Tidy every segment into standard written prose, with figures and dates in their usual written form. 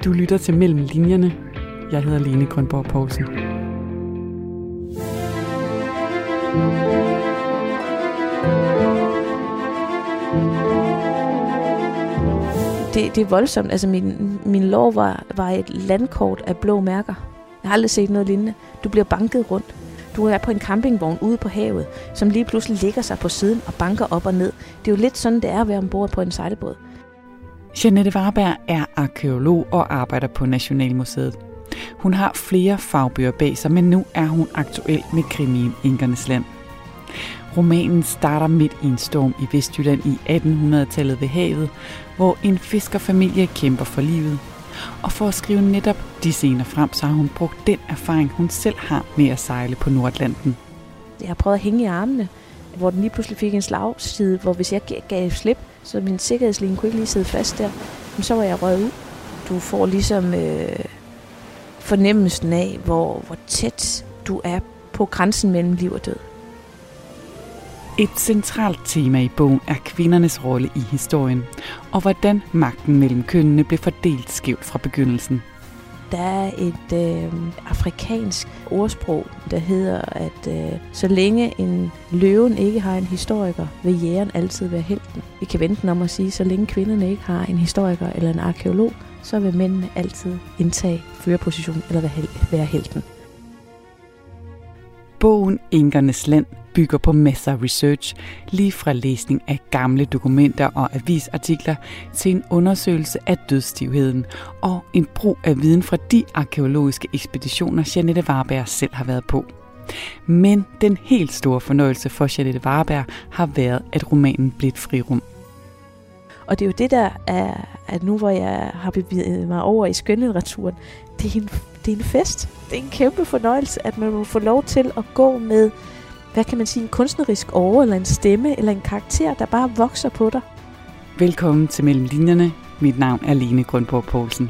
Du lytter til Mellem Linjerne. Jeg hedder Lene Grønborg Poulsen. Det er voldsomt. Altså min lår var et landkort af blå mærker. Jeg har aldrig set noget lignende. Du bliver banket rundt. Du er på en campingvogn ude på havet, som lige pludselig ligger sig på siden og banker op og ned. Det er jo lidt sådan, det er at være ombord på en sejlbåd. Jeanette Varberg er arkæolog og arbejder på Nationalmuseet. Hun har flere fagbøger bag sig, men nu er hun aktuel med krimien Enkernes Land. Romanen starter midt i en storm i Vestjylland i 1800-tallet ved havet, hvor en fiskerfamilie kæmper for livet. Og for at skrive netop de scener frem, så har hun brugt den erfaring, hun selv har med at sejle på Nordatlanten. Jeg har prøvet at hænge i armene, hvor den lige pludselig fik en slagside, hvor hvis jeg gav slip, så min sikkerhedslinje kunne ikke lige sidde fast der, men så var jeg røget ud. Du får ligesom fornemmelsen af, hvor tæt du er på grænsen mellem liv og død. Et centralt tema i bogen er kvindernes rolle i historien, og hvordan magten mellem kønnene blev fordelt skævt fra begyndelsen. Der er et afrikansk ordsprog, der hedder, at så længe en løven ikke har en historiker, vil jægeren altid være helten. Vi kan vente den om at sige, så længe kvinderne ikke har en historiker eller en arkæolog, så vil mændene altid indtage førerposition eller være helten. Bogen Enkernes Land bygger på masser af research, lige fra læsning af gamle dokumenter og avisartikler til en undersøgelse af dødsstivheden og en brug af viden fra de arkæologiske ekspeditioner, Jeanette Varberg selv har været på. Men den helt store fornøjelse for Jeanette Varberg har været, at romanen blev et frirum. Og det er jo det, der er, at nu hvor jeg har bevæget mig over i skønlitteraturen, det er en fest. Det er en kæmpe fornøjelse, at man må få lov til at gå med, hvad kan man sige, en kunstnerisk åre, eller en stemme, eller en karakter, der bare vokser på dig. Velkommen til Mellem Linjerne. Mit navn er Lene Grønborg Poulsen.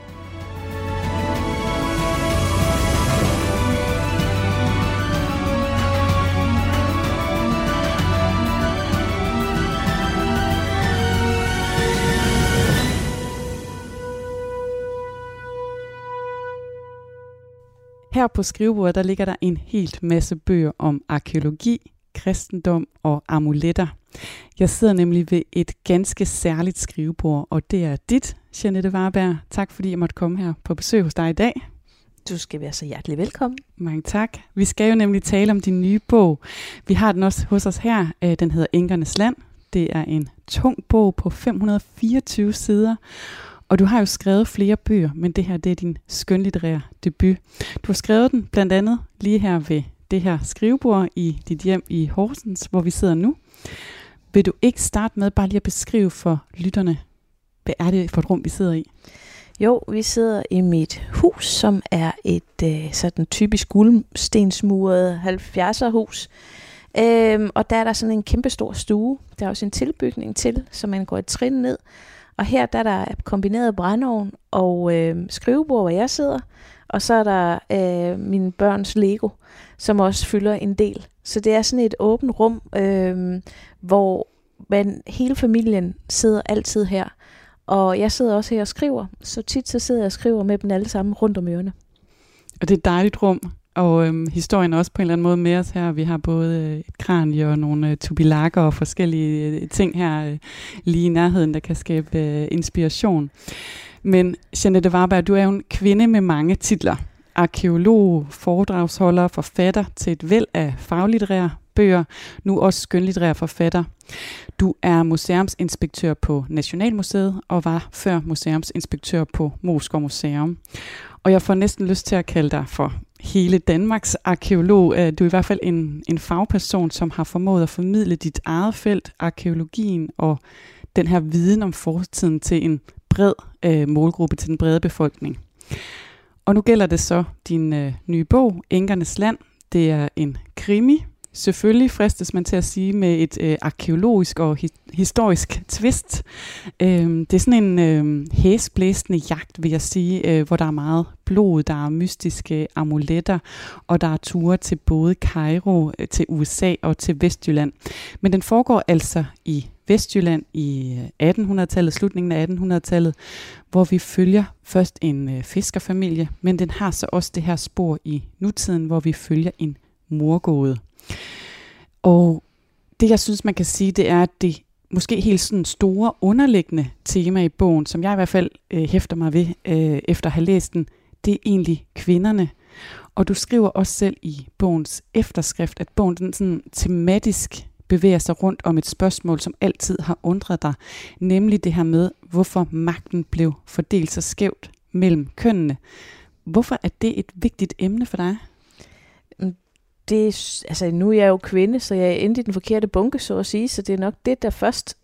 Her på skrivebordet, der ligger der en helt masse bøger om arkæologi, kristendom og amuletter. Jeg sidder nemlig ved et ganske særligt skrivebord, og det er dit, Jeanette Varberg. Tak fordi jeg måtte komme her på besøg hos dig i dag. Du skal være så hjertelig velkommen. Mange tak. Vi skal jo nemlig tale om din nye bog. Vi har den også hos os her. Den hedder Enkernes Land. Det er en tung bog på 524 sider. Og du har jo skrevet flere bøger, men det her det er din skønlitterære debut. Du har skrevet den blandt andet lige her ved det her skrivebord i dit hjem i Horsens, hvor vi sidder nu. Vil du ikke starte med bare lige at beskrive for lytterne, hvad er det for et rum, vi sidder i? Jo, vi sidder i mit hus, som er et sådan typisk guldstensmuret 70'er hus. Og der er der sådan en kæmpe stor stue. Der er også en tilbygning til, så man går et trin ned. Og her der er der kombineret brændeovn og skrivebord, hvor jeg sidder. Og så er der mine børns Lego, som også fylder en del. Så det er sådan et åbent rum, hvor hele familien sidder altid her. Og jeg sidder også her og skriver. Så tit så sidder jeg og skriver med dem alle sammen rundt om ørerne. Og det er et dejligt rum. Og historien er også på en eller anden måde med os her. Vi har både et kranie og nogle tubilakker og forskellige ting her lige i nærheden, der kan skabe inspiration. Men Jeanette Varberg, du er jo en kvinde med mange titler. Arkæolog, foredragsholder, forfatter til et væld af faglitterære bøger, nu også skønlitterære forfatter. Du er museumsinspektør på Nationalmuseet og var før museumsinspektør på Moesgaard Museum. Og jeg får næsten lyst til at kalde dig for hele Danmarks arkæolog. Du er i hvert fald en fagperson, som har formået at formidle dit eget felt, arkæologien og den her viden om fortiden til en bred målgruppe, til den brede befolkning. Og nu gælder det så din nye bog, Enkernes Land. Det er en krimi. Selvfølgelig fristes man til at sige med et arkæologisk og historisk twist. Det er sådan en hæsblæsende jagt, vil jeg sige, hvor der er meget blod, der er mystiske amuletter, og der er ture til både Kairo, til USA og til Vestjylland. Men den foregår altså i Vestjylland i 1800-tallet, slutningen af 1800-tallet, hvor vi følger først en fiskerfamilie, men den har så også det her spor i nutiden, hvor vi følger en mordgåde. Og det, jeg synes, man kan sige, det er, at det måske helt sådan store underliggende tema i bogen, som jeg i hvert fald hæfter mig ved efter at have læst den, det er egentlig kvinderne. Og du skriver også selv i bogens efterskrift, at bogen den sådan tematisk bevæger sig rundt om et spørgsmål, som altid har undret dig, nemlig det her med, hvorfor magten blev fordelt så skævt mellem kønnene. Hvorfor er det et vigtigt emne for dig? Nu er jeg jo kvinde, så jeg er inde i den forkerte bunke, så at sige, så det er nok det, der først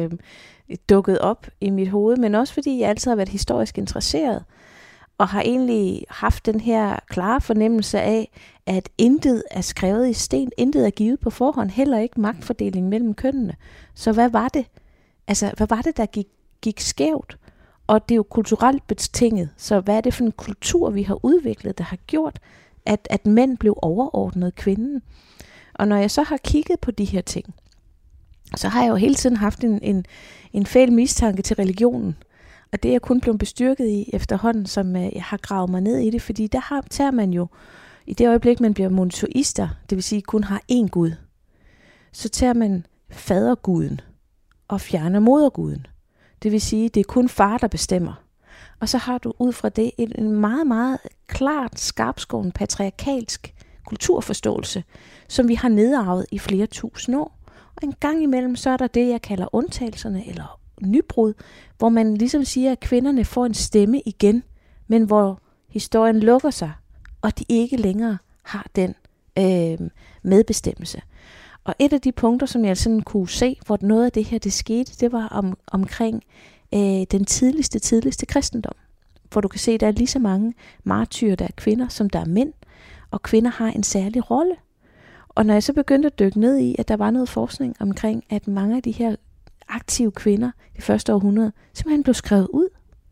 dukket op i mit hoved, men også fordi jeg altid har været historisk interesseret, og har egentlig haft den her klare fornemmelse af, at intet er skrevet i sten, intet er givet på forhånd, heller ikke magtfordeling mellem kønnene. Så hvad var det? Altså, hvad var det, der gik skævt? Og det er jo kulturelt betinget, så hvad er det for en kultur, vi har udviklet, der har gjort, at mænd blev overordnet kvinden? Og når jeg så har kigget på de her ting, så har jeg jo hele tiden haft en fæl mistanke til religionen. Og det er jeg kun blevet bestyrket i efterhånden, som jeg har gravet mig ned i det, fordi der tager man jo, i det øjeblik man bliver monoteister, det vil sige kun har én Gud, så tager man faderguden og fjerner moderguden. Det vil sige, det er kun far, der bestemmer. Og så har du ud fra det en meget, meget klart skarpskåren patriarkalsk kulturforståelse, som vi har nedarvet i flere tusind år. Og en gang imellem, så er der det, jeg kalder undtagelserne, eller nybrud, hvor man ligesom siger, at kvinderne får en stemme igen, men hvor historien lukker sig, og de ikke længere har den medbestemmelse. Og et af de punkter, som jeg sådan kunne se, hvor noget af det her det skete, det var omkring den tidligste kristendom. Hvor du kan se, at der er lige så mange martyrer, der er kvinder, som der er mænd, og kvinder har en særlig rolle. Og når jeg så begyndte at dykke ned i, at der var noget forskning omkring, at mange af de her aktive kvinder det første århundrede simpelthen blev skrevet ud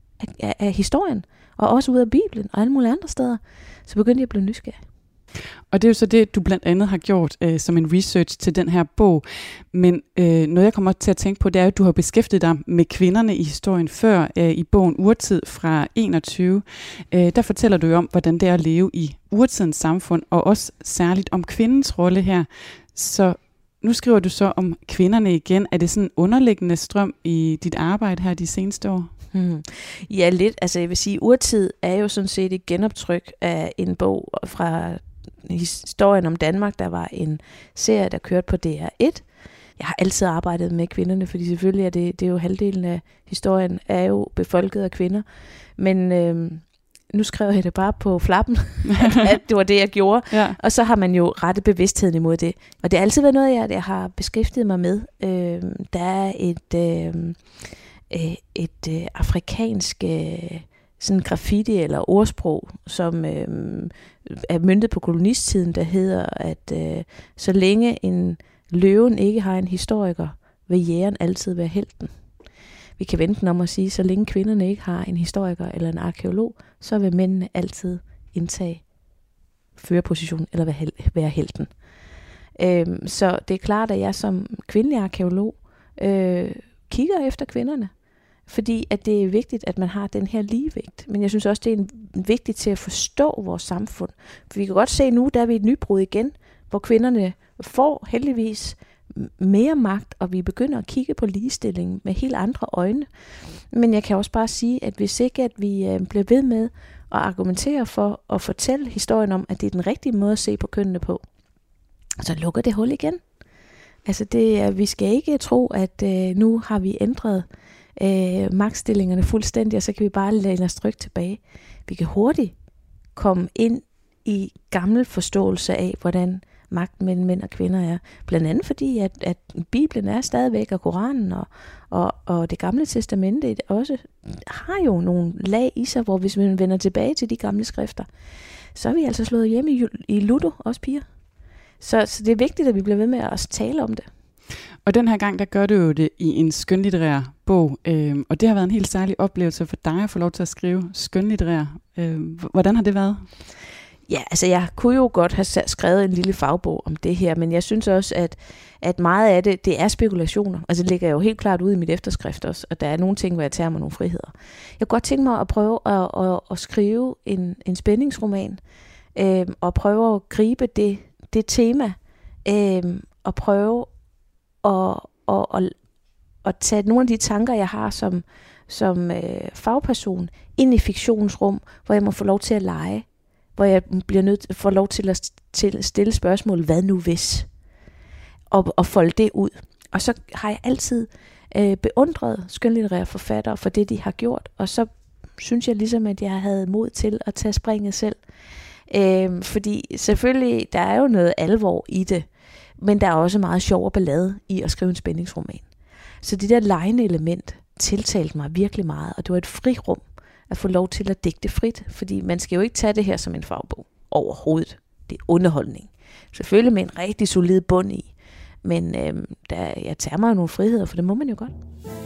af historien, og også ud af Bibelen og alle mulige andre steder, så begyndte jeg at blive nysgerrig. Og det er jo så det, du blandt andet har gjort som en research til den her bog. Men noget, jeg kommer til at tænke på, det er, at du har beskæftiget dig med kvinderne i historien før i bogen Urtid fra 21. Der fortæller du jo om, hvordan det er at leve i urtidens samfund, og også særligt om kvindens rolle her. Så nu skriver du så om kvinderne igen. Er det sådan en underliggende strøm i dit arbejde her de seneste år? Ja, lidt. Altså jeg vil sige, Urtid er jo sådan set et genoptryk af en bog fra historien om Danmark. Der var en serie, der kørte på DR1. Jeg har altid arbejdet med kvinderne, fordi selvfølgelig er det er jo halvdelen af historien er jo befolket af kvinder. Men nu skrev jeg det bare på flappen, at det var det, jeg gjorde. Ja. Og så har man jo rettet bevidstheden imod det. Og det har altid været noget, jeg har beskæftiget mig med. Der er et afrikansk sådan graffiti eller ordsprog, som er møntet på kolonisttiden, der hedder, at så længe en løven ikke har en historiker, vil jægeren altid være helten. Vi kan vente den om at sige, så længe kvinderne ikke har en historiker eller en arkæolog, så vil mændene altid indtage førerposition eller være helten. Så det er klart, at jeg som kvindelig arkæolog kigger efter kvinderne, fordi at det er vigtigt, at man har den her ligevægt. Men jeg synes også, det er vigtigt til at forstå vores samfund. For vi kan godt se nu, der er vi et nybrud igen, hvor kvinderne får heldigvis mere magt, og vi begynder at kigge på ligestilling med helt andre øjne. Men jeg kan også bare sige, at hvis ikke at vi bliver ved med at argumentere for at fortælle historien om, at det er den rigtige måde at se på kønnene på, så lukker det hul igen. Altså vi skal ikke tro, at nu har vi ændret magtstillingerne fuldstændig, og så kan vi bare læne os trygt tilbage. Vi kan hurtigt komme ind i gammel forståelse af, hvordan magten mellem mænd og kvinder er. Blandt andet fordi, at Bibelen er stadigvæk, og Koranen og det gamle testamente også har jo nogle lag i sig, hvor hvis man vender tilbage til de gamle skrifter, så er vi altså slået hjem i ludo, også piger. Så det er vigtigt, at vi bliver ved med at tale om det. Og den her gang, der gør du jo det i en skønlitterær bog, og det har været en helt særlig oplevelse for dig at få lov til at skrive skønlitterær. Hvordan har det været? Ja, altså jeg kunne jo godt have skrevet en lille fagbog om det her, men jeg synes også, at meget af det er spekulationer. Altså det ligger jo helt klart ude i mit efterskrift også, og der er nogle ting, hvor jeg tager mig nogle friheder. Jeg kunne godt tænke mig at prøve at skrive en spændingsroman, og prøve at gribe det tema, og prøve at tage nogle af de tanker, jeg har som fagperson, ind i fiktionsrum, hvor jeg må få lov til at lege, hvor jeg får lov til at stille spørgsmål, hvad nu hvis? Og folde det ud. Og så har jeg altid beundret skønlitterære forfattere for det, de har gjort, og så synes jeg ligesom, at jeg havde mod til at tage springet selv. Fordi selvfølgelig, der er jo noget alvor i det, men der er også meget sjov og ballade i at skrive en spændingsroman. Så det der legende element tiltalte mig virkelig meget, og det var et frirum at få lov til at digte frit, fordi man skal jo ikke tage det her som en fagbog overhovedet. Det er underholdning. Selvfølgelig med en rigtig solid bund i, men jeg tager mig jo nogle friheder, for det må man jo godt.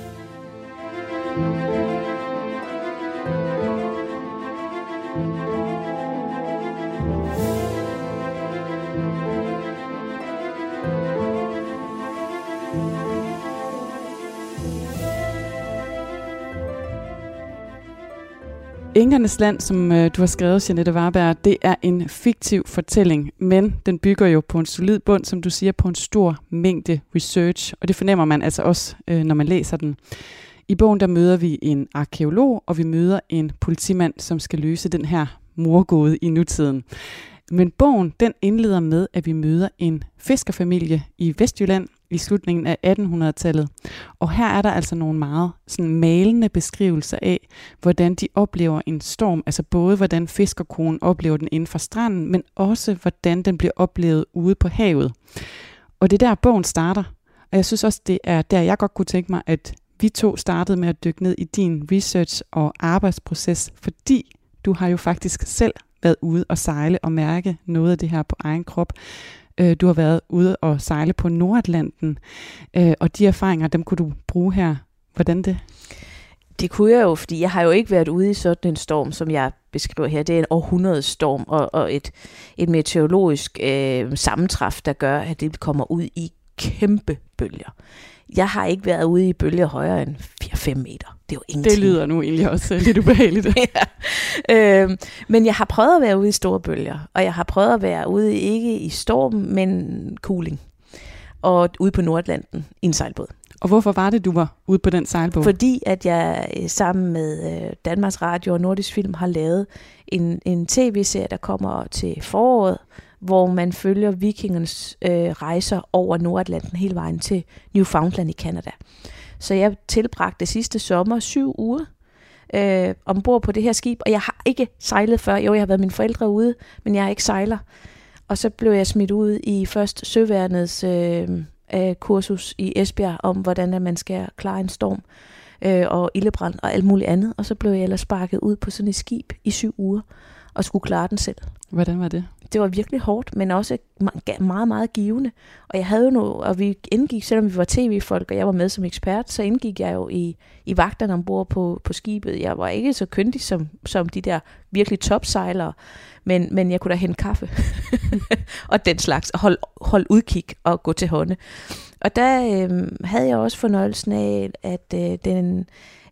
Ingernes Land, som du har skrevet, Jeanette Varberg, det er en fiktiv fortælling, men den bygger jo på en solid bund, som du siger, på en stor mængde research, og det fornemmer man altså også, når man læser den. I bogen der møder vi en arkæolog, og vi møder en politimand, som skal løse den her mordgåde i nutiden. Men bogen, den indleder med, at vi møder en fiskerfamilie i Vestjylland i slutningen af 1800-tallet. Og her er der altså nogle meget sådan malende beskrivelser af, hvordan de oplever en storm. Altså både hvordan fiskerkonen oplever den inden for stranden, men også hvordan den bliver oplevet ude på havet. Og det er der, bogen starter. Og jeg synes også, det er der, jeg godt kunne tænke mig, at vi to startede med at dykke ned i din research og arbejdsproces, fordi du har jo faktisk selv været ude og sejle og mærke noget af det her på egen krop. Du har været ude og sejle på Nordatlanten, og de erfaringer, dem kunne du bruge her. Hvordan det? Det kunne jeg jo, fordi jeg har jo ikke været ude i sådan en storm, som jeg beskriver her. Det er en århundredestorm og et meteorologisk sammentræf, der gør, at det kommer ud i kæmpe bølger. Jeg har ikke været ude i bølger højere end 4-5 meter. Det er jo ingenting. Det lyder nu egentlig også lidt ubehageligt. Ja. Men jeg har prøvet at være ude i store bølger, og jeg har prøvet at være ude ikke i storm, men cooling. Og ude på Nordatlanten i en sejlbåd. Og hvorfor var det, du var ude på den sejlbåd? Fordi at jeg sammen med Danmarks Radio og Nordisk Film har lavet en tv-serie, der kommer til foråret, hvor man følger vikingernes rejser over Nordatlanten hele vejen til Newfoundland i Canada. Så jeg tilbragte sidste sommer 7 uger ombord på det her skib, og jeg har ikke sejlet før. Jo, jeg har været mine forældre ude, men jeg er ikke sejler. Og så blev jeg smidt ud i først Søværnets kursus i Esbjerg om, hvordan man skal klare en storm og ildebrand og alt muligt andet. Og så blev jeg ellers sparket ud på sådan et skib i 7 uger og skulle klare den selv. Hvordan var det? Det var virkelig hårdt, men også meget, meget givende. Og jeg havde jo og vi indgik, selvom vi var tv-folk, og jeg var med som ekspert, så indgik jeg jo i vagterne ombord på skibet. Jeg var ikke så kyndig som de der virkelig topsejlere, men jeg kunne da hente kaffe og den slags, og holde udkig og gå til hånde. Og der havde jeg også fornøjelsen af, at den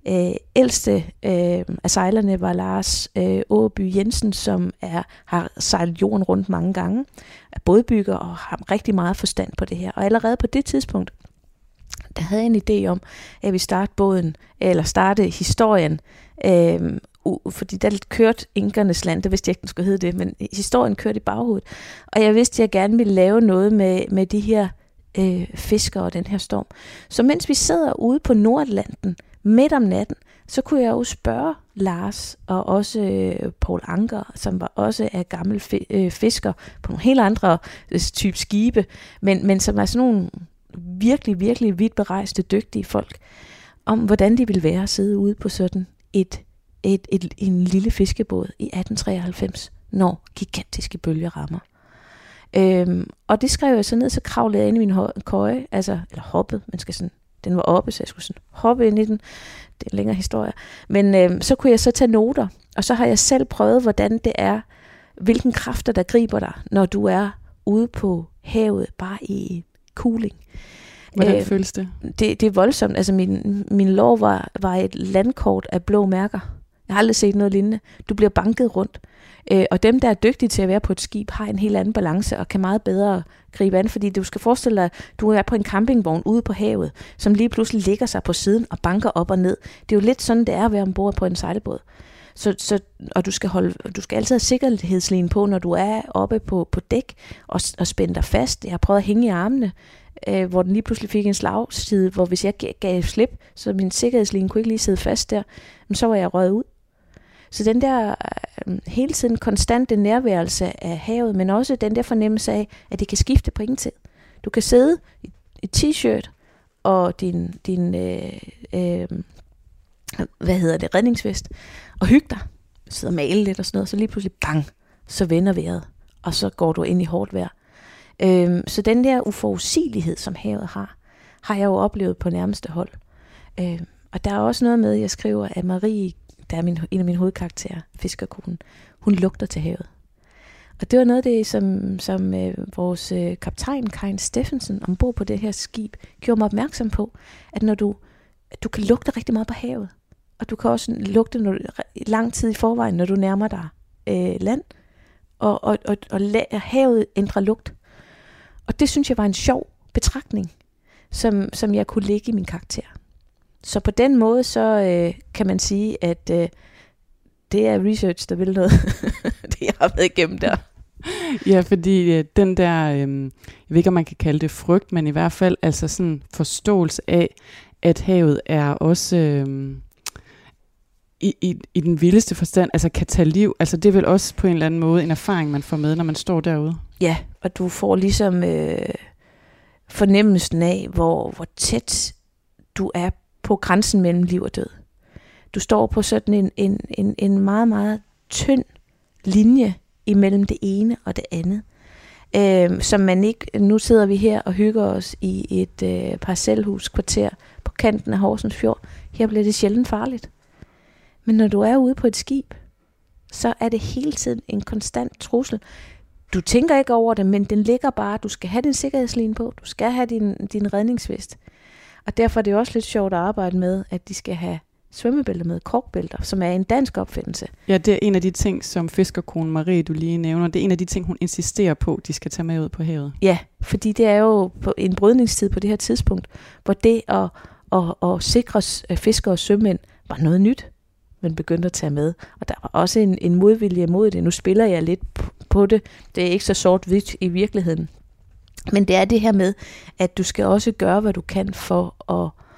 ældste af sejlerne var Lars Åby Jensen, som har sejlet jorden rundt mange gange, er bådbygger og har rigtig meget forstand på det her. Og allerede på det tidspunkt, der havde jeg en idé om, at vi starte historien, fordi der kørte Ingernes Land, det vidste jeg ikke, den skulle hedde det, men historien kørte i baghovedet. Og jeg vidste, at jeg gerne ville lave noget med de her fiskere og den her storm. Så mens vi sidder ude på Nordatlanten, midt om natten, så kunne jeg jo spørge Lars og også Paul Anker, som var også er gammel fisker på nogle helt andre type skibe, men som var sådan nogle virkelig, virkelig vidt berejste, dygtige folk, om hvordan de ville være at sidde ude på sådan en lille fiskebåd i 1893, når gigantiske bølger rammer. Og det skrev jeg så ned, så kravlede jeg ind i min køje, eller hoppede, den var oppe, så jeg skulle sådan hoppe ind i den. Det er en længere historie. Men så kunne jeg så tage noter, og så har jeg selv prøvet, hvordan det er hvilken kræfter, der griber dig, når du er ude på havet, bare i cooling. Hvordan føles det? Det er voldsomt. Altså min lår var et landkort af blå mærker. Jeg har aldrig set noget lignende. Du bliver banket rundt. Og dem, der er dygtige til at være på et skib, har en helt anden balance og kan meget bedre gribe an. Fordi du skal forestille dig, at du er på en campingvogn ude på havet, som lige pludselig ligger sig på siden og banker op og ned. Det er jo lidt sådan, det er at være ombord på en sejlbåd. Og du skal altid have sikkerhedsline på, når du er oppe på dæk og spænde dig fast. Jeg har prøvet at hænge i armene, hvor den lige pludselig fik en slagside, hvor hvis jeg gav slip, så min sikkerhedsline kunne ikke lige sidde fast der, men så var jeg røget ud. Så den der hele tiden konstante nærværelse af havet, men også den der fornemmelse af, at det kan skifte på ingen tid. Du kan sidde i t-shirt og din redningsvest, og hygge dig, sidde og male lidt og sådan noget, så lige pludselig bang, så vender vejret, og så går du ind i hårdt vejr. Så den der uforudsigelighed, som havet har jeg jo oplevet på nærmeste hold. Og der er også noget med, jeg skriver, at Marie, der er en af mine hovedkarakterer, fiskerkonen, hun lugter til havet. Og det var noget af det, som vores kaptajn, Karin Steffensen, ombord på det her skib, gjorde mig opmærksom på, at når du kan lugte rigtig meget på havet, og du kan også lugte lang tid i forvejen, når du nærmer dig land, og havet ændrer lugt. Og det synes jeg var en sjov betragtning, som jeg kunne lægge i min karakter. Så på den måde, så kan man sige, at det er research, der vil noget. Det jeg har været igennem der. Ja, fordi den der, jeg ved ikke, om man kan kalde det frygt, men i hvert fald altså sådan forståelse af, at havet er også i den vildeste forstand, altså kan tage liv. Altså det er vel også på en eller anden måde en erfaring, man får med, når man står derude. Ja, og du får ligesom fornemmelsen af, hvor tæt du er på grænsen mellem liv og død. Du står på sådan en meget, meget tynd linje imellem det ene og det andet. Som man ikke, nu sidder vi her og hygger os i et parcelhuskvarter på kanten af Horsens Fjord. Her bliver det sjældent farligt. Men når du er ude på et skib, så er det hele tiden en konstant trussel. Du tænker ikke over det, men den ligger bare. Du skal have din sikkerhedsline på. Du skal have din redningsvest. Og derfor er det også lidt sjovt at arbejde med, at de skal have svømmebælter med, korkbælter, som er en dansk opfindelse. Ja, det er en af de ting, som fiskerkonen Marie, du lige nævner. Det er en af de ting, hun insisterer på, de skal tage med ud på havet. Ja, fordi det er jo på en brydningstid på det her tidspunkt, hvor det at sikre fiskere og sømænd var noget nyt, man begyndte at tage med. Og der var også en modvilje mod det. Nu spiller jeg lidt på det. Det er ikke så sort-hvidt i virkeligheden. Men det er det her med, at du skal også gøre, hvad du kan for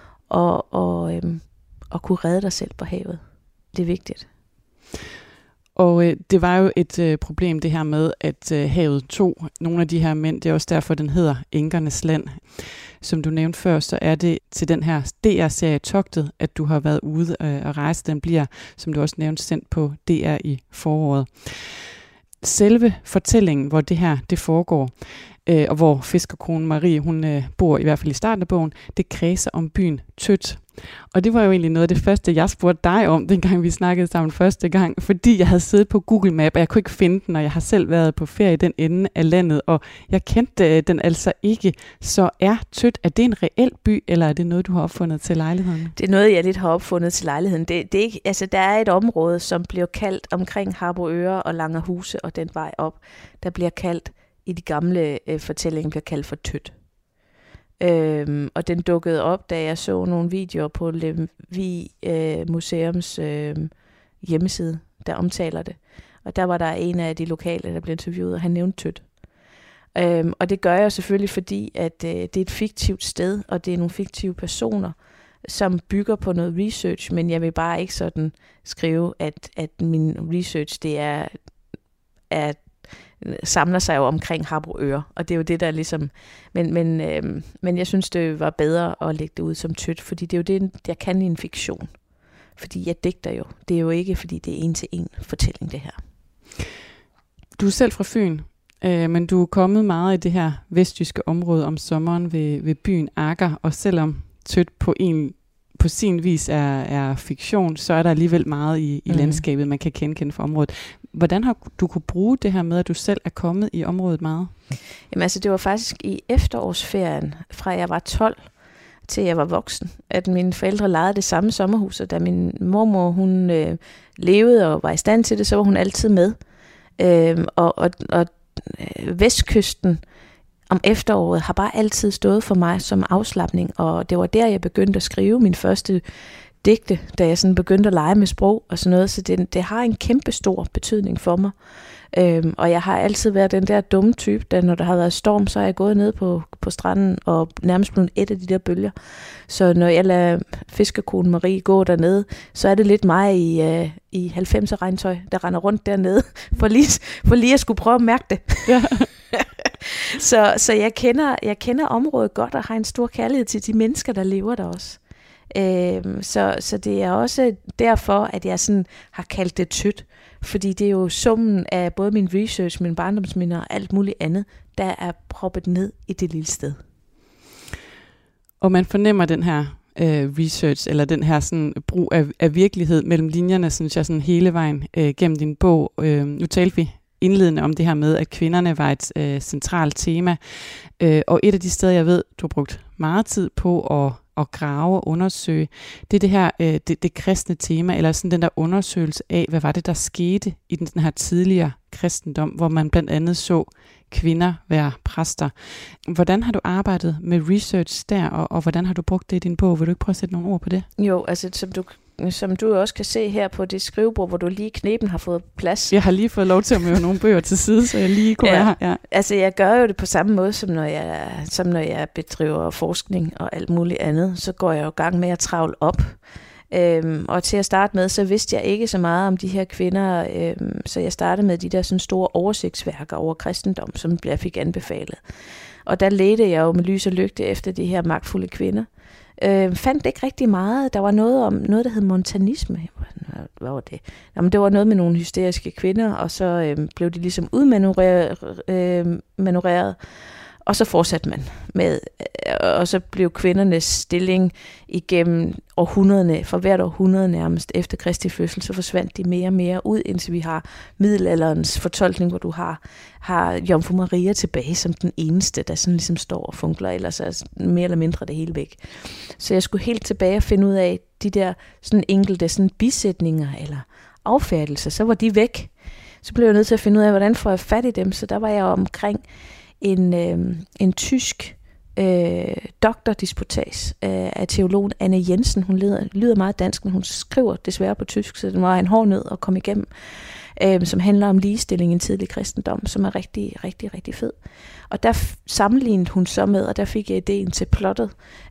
at kunne redde dig selv på havet. Det er vigtigt. Og det var jo et problem det her med, at havet tog nogle af de her mænd. Det er også derfor, den hedder Enkernes Land. Som du nævnte før, så er det til den her DR-serie Togtet, at du har været ude og rejse. Den bliver, som du også nævnte, sendt på DR i foråret. Selve fortællingen, hvor det her det foregår, og hvor fiskerkonen Marie, hun bor i hvert fald i starten af bogen, det kredser om byen Tøt. Og det var jo egentlig noget af det første, jeg spurgte dig om, dengang vi snakkede sammen første gang, fordi jeg havde siddet på Google Map, og jeg kunne ikke finde den, og jeg har selv været på ferie i den ende af landet, og jeg kendte den altså ikke. Så er Tøt, er det en reel by, eller er det noget, du har opfundet til lejligheden? Det er noget, jeg lidt har opfundet til lejligheden. Det er ikke, altså, der er et område, som bliver kaldt omkring Harboøre og Langerhuse og den vej op, der bliver kaldt, i de gamle fortællinger, bliver kaldt for Tøt. Og den dukkede op, da jeg så nogle videoer på Lemvig Museums hjemmeside, der omtaler det. Og der var der en af de lokale, der blev interviewet, og han nævnte Tøt. Og det gør jeg selvfølgelig, fordi at det er et fiktivt sted, og det er nogle fiktive personer, som bygger på noget research, men jeg vil bare ikke sådan skrive, at min research, det er samler sig jo omkring Harboøre, og det er jo det, der ligesom... Men jeg synes, det var bedre at lægge det ud som Tøt, fordi det er jo det, jeg kan i en fiktion. Fordi jeg digter jo. Det er jo ikke, fordi det er en-til-en fortælling, det her. Du er selv fra Fyn, men du er kommet meget i det her vestjyske område om sommeren ved byen Agger, og selvom Tøt på sin vis er fiktion, så er der alligevel meget i landskabet, man kan kende fra området. Hvordan har du kunne bruge det her med, at du selv er kommet i området meget? Jamen altså, det var faktisk i efterårsferien, fra jeg var 12 til jeg var voksen, at mine forældre lejede det samme sommerhus, og da min mormor, hun levede og var i stand til det, så var hun altid med. Og vestkysten om efteråret har bare altid stået for mig som afslapning, og det var der, jeg begyndte at skrive min første digte, da jeg sådan begyndte at lege med sprog og sådan noget, så det har en kæmpe stor betydning for mig. Og jeg har altid været den der dumme type, da når der har været storm, så er jeg gået ned på stranden og nærmest blevet et af de der bølger. Så når jeg lader fiskerkonen Marie gå dernede, så er det lidt mig i 90'er regntøj, der render rundt dernede, for lige at skulle prøve at mærke det. Ja. så jeg kender området godt og har en stor kærlighed til de mennesker, der lever der også. Så det er også derfor, at jeg sådan har kaldt det tødt, fordi det er jo summen af både min research, min barndomsminder og alt muligt andet, der er proppet ned i det lille sted. Og man fornemmer den her research, eller den her sådan brug af virkelighed mellem linjerne, synes jeg, sådan hele vejen gennem din bog. Nu talte vi indledende om det her med, at kvinderne var et centralt tema, og et af de steder, jeg ved, du har brugt meget tid på at grave og undersøge, det er det her, det kristne tema, eller sådan den der undersøgelse af, hvad var det, der skete i den her tidligere kristendom, hvor man blandt andet så kvinder være præster. Hvordan har du arbejdet med research der, og hvordan har du brugt det i din bog? Vil du ikke prøve at sætte nogle ord på det? Jo, altså som du også kan se her på det skrivebord, hvor du lige knepen har fået plads. Jeg har lige fået lov til at møde nogle bøger til side, så jeg lige kunne være her. Ja. Altså jeg gør jo det på samme måde, som når jeg bedriver forskning og alt muligt andet, så går jeg jo i gang med at travle op. Og til at starte med, så vidste jeg ikke så meget om de her kvinder, så jeg startede med de der sådan store oversigtsværker over kristendom, som jeg fik anbefalet. Og der ledte jeg jo med lys og lygte efter de her magtfulde kvinder. Fandt ikke rigtig meget. Der var noget, der hed montanisme. Hvad var det? Jamen, det var noget med nogle hysteriske kvinder, og så blev de ligesom udmanøvreret, og så fortsatte man med, og så blev kvindernes stilling igennem århundrederne, for hvert århundrede nærmest efter Kristi fødsel, så forsvandt de mere og mere ud, indtil vi har middelalderens fortolkning, hvor du har Jomfru Maria tilbage som den eneste, der sådan ligesom står og funkler, ellers er mere eller mindre det hele væk. Så jeg skulle helt tilbage og finde ud af de der sådan enkelte sådan bisætninger eller affærdelser, så var de væk. Så blev jeg nødt til at finde ud af, hvordan får jeg fat i dem, så der var jeg omkring en tysk doktordisputats af teologen Anne Jensen. Hun lyder meget dansk, men hun skriver desværre på tysk, så den var en hård nød at komme igennem, som handler om ligestilling i en tidlig kristendom, som er rigtig, rigtig, rigtig fed. Og der sammenlignede hun så med, og der fik jeg idéen til plottet.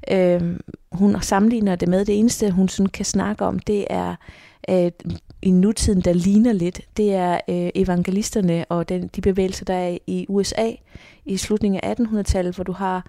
Hun sammenligner det med, det eneste hun sådan kan snakke om, det er i nutiden, der ligner lidt, det er evangelisterne og de bevægelser, der er i USA i slutningen af 1800-tallet, hvor du har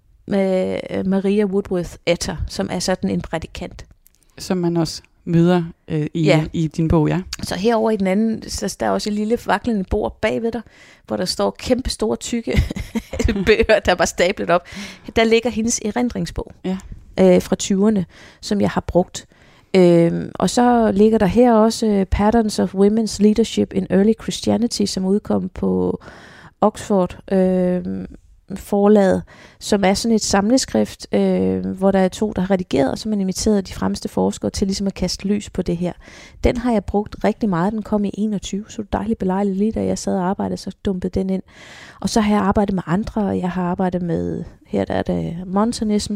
Maria Woodworth Etter, som er sådan en prædikant. Som man også møder i din bog, ja. Så herover i den anden, så der er også et lille vaklende bord bagved dig, hvor der står kæmpe store, tykke bøger, der var stablet op. Der ligger hendes erindringsbog fra 20'erne, som jeg har brugt. Og så ligger der her også Patterns of Women's Leadership in Early Christianity, som udkom på Oxford forlaget, som er sådan et samleskrift, hvor der er 2, der har redigeret, og så man inviteret de fremmeste forskere til ligesom at kaste lys på det her. Den har jeg brugt rigtig meget. Den kom i 21, så det dejligt belejligt lige da jeg sad og arbejdede, så dumpede den ind. Og så har jeg arbejdet med andre, og jeg har arbejdet med, her der er det montanism,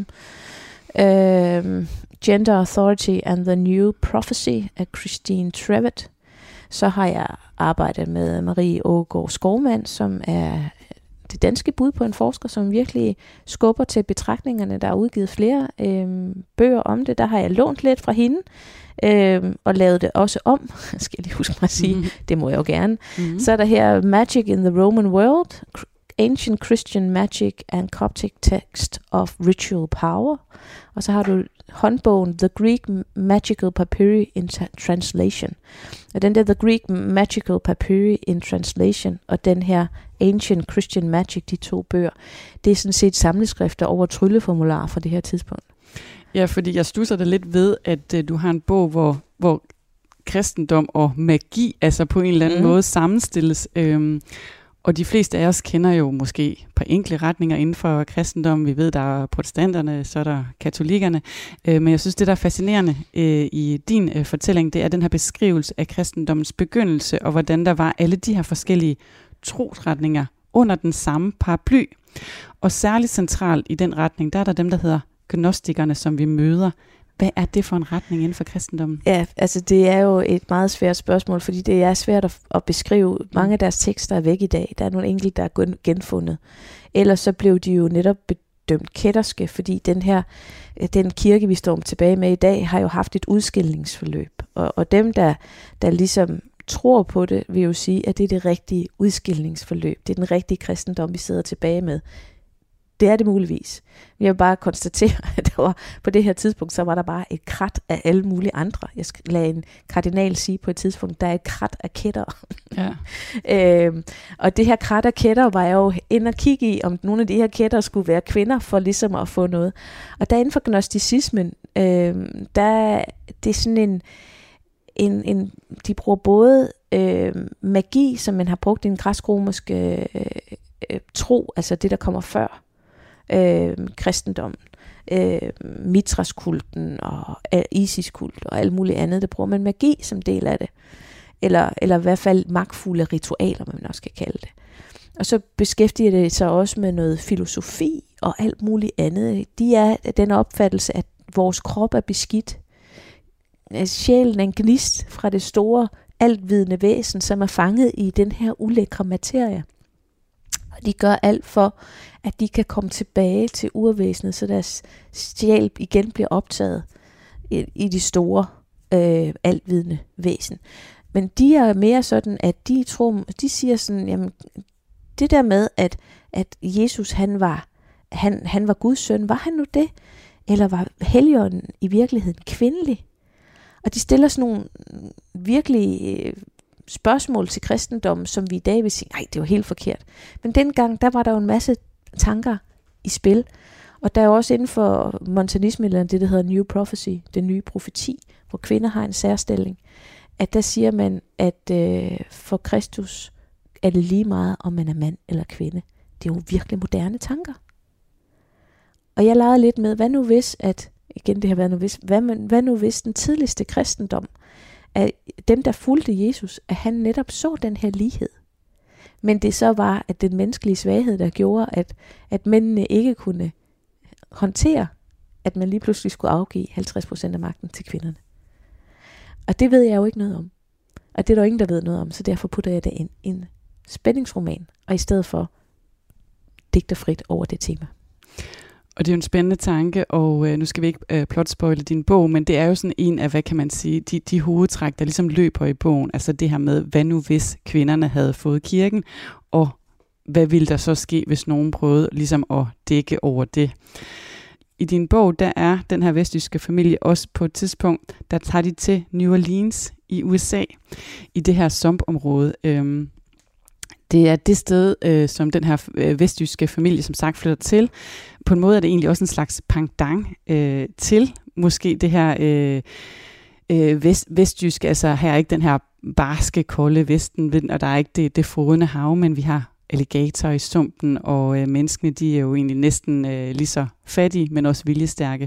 Gender Authority and the New Prophecy af Christine Trevitt. Så har jeg arbejdet med Marie Aagaard Skovmand, som er det danske bud på en forsker, som virkelig skubber til betragtningerne. Der er udgivet flere bøger om det. Der har jeg lånt lidt fra hende og lavet det også om. Skal jeg lige huske mig at sige. Det må jeg jo gerne. Så er der her Magic in the Roman World, Ancient Christian Magic and Coptic Text of Ritual Power. Og så har du håndbogen The Greek Magical Papyri in Translation. Og den der The Greek Magical Papyri in Translation og den her Ancient Christian Magic, de 2 bøger, det er sådan set samleskrifter over trylleformularer fra det her tidspunkt. Ja, fordi jeg stusser da lidt ved, at du har en bog, hvor kristendom og magi, altså på en eller anden måde sammenstilles. Og de fleste af os kender jo måske et par enkle retninger inden for kristendom. Vi ved, der er protestanterne, så er der katolikkerne. Men jeg synes, det der er fascinerende i din fortælling, det er den her beskrivelse af kristendommens begyndelse, og hvordan der var alle de her forskellige trosretninger under den samme paraply. Og særligt centralt i den retning, der er der dem, der hedder gnostikerne, som vi møder. Hvad er det for en retning inden for kristendommen? Ja, altså det er jo et meget svært spørgsmål, fordi det er svært at beskrive. Mange af deres tekster er væk i dag. Der er nogle enkelte, der er genfundet. Ellers så blev de jo netop bedømt kætterske, fordi den kirke, vi står tilbage med i dag, har jo haft et udskilningsforløb. Og dem, der ligesom tror på det, vil jo sige, at det er det rigtige udskilningsforløb. Det er den rigtige kristendom, vi sidder tilbage med. Det er det muligvis. Jeg vil bare konstatere, at der var, på det her tidspunkt, så var der bare et krat af alle mulige andre. Jeg lagde en kardinal sige på et tidspunkt, der er et krat af kætter. Ja. Og det her krat af kætter var jeg jo inde og kigge i, om nogle af de her kætter skulle være kvinder, for ligesom at få noget. Og der inden for gnosticismen, der det er sådan en de bruger både magi, som man har brugt i den græsk-romerske tro, altså det, der kommer før kristendommen, Mitras-kulten og Isis-kult og alt muligt andet, der bruger man magi som del af det. Eller i hvert fald magtfulde ritualer, man også kan kalde det. Og så beskæftiger det sig også med noget filosofi og alt muligt andet. De er den opfattelse, at vores krop er beskidt. Sjælen er en gnist fra det store, altvidende væsen, som er fanget i den her ulækre materie. Og de gør alt for, at de kan komme tilbage til urvæsenet, så deres sjæl igen bliver optaget i de store, altvidende væsen. Men de er mere sådan, at de siger sådan, jamen, det der med, at Jesus han var Guds søn, var han nu det? Eller var Helligånden i virkeligheden kvindelig? Og de stiller sådan nogle virkelig spørgsmål til kristendommen, som vi i dag vil sige, nej, det var helt forkert. Men dengang, der var der jo en masse tanker i spil. Og der er jo også inden for montanisme, eller det, der hedder New Prophecy, den nye profeti, hvor kvinder har en særstilling, at der siger man, at for Kristus er det lige meget, om man er mand eller kvinde. Det er jo virkelig moderne tanker. Og jeg legede lidt med, hvad nu hvis, hvad nu hvis den tidligste kristendom, at dem, der fulgte Jesus, at han netop så den her lighed. Men det så var, at den menneskelige svaghed, der gjorde, at mændene ikke kunne håndtere, at man lige pludselig skulle afgive 50% af magten til kvinderne. Og det ved jeg jo ikke noget om. Og det er der jo ingen, der ved noget om, så derfor putter jeg det ind i en spændingsroman, og i stedet for digter frit over det tema. Og det er jo en spændende tanke, og nu skal vi ikke plotspoile din bog, men det er jo sådan en af, hvad kan man sige, de hovedtræk, der ligesom løber i bogen. Altså det her med, hvad nu hvis kvinderne havde fået kirken, og hvad ville der så ske, hvis nogen prøvede ligesom at dække over det. I din bog, der er den her vestjyske familie også på et tidspunkt, der tager de til New Orleans i USA, i det her sumpområde. Det er det sted, som den her vestjyske familie, som sagt, flytter til. På en måde er det egentlig også en slags pendant til måske det her vestjyske. Altså her er ikke den her barske, kolde vesten, og der er ikke det frodende hav, men vi har alligator i sumpen, og menneskene, de er jo egentlig næsten lige så fattige, men også viljestærke.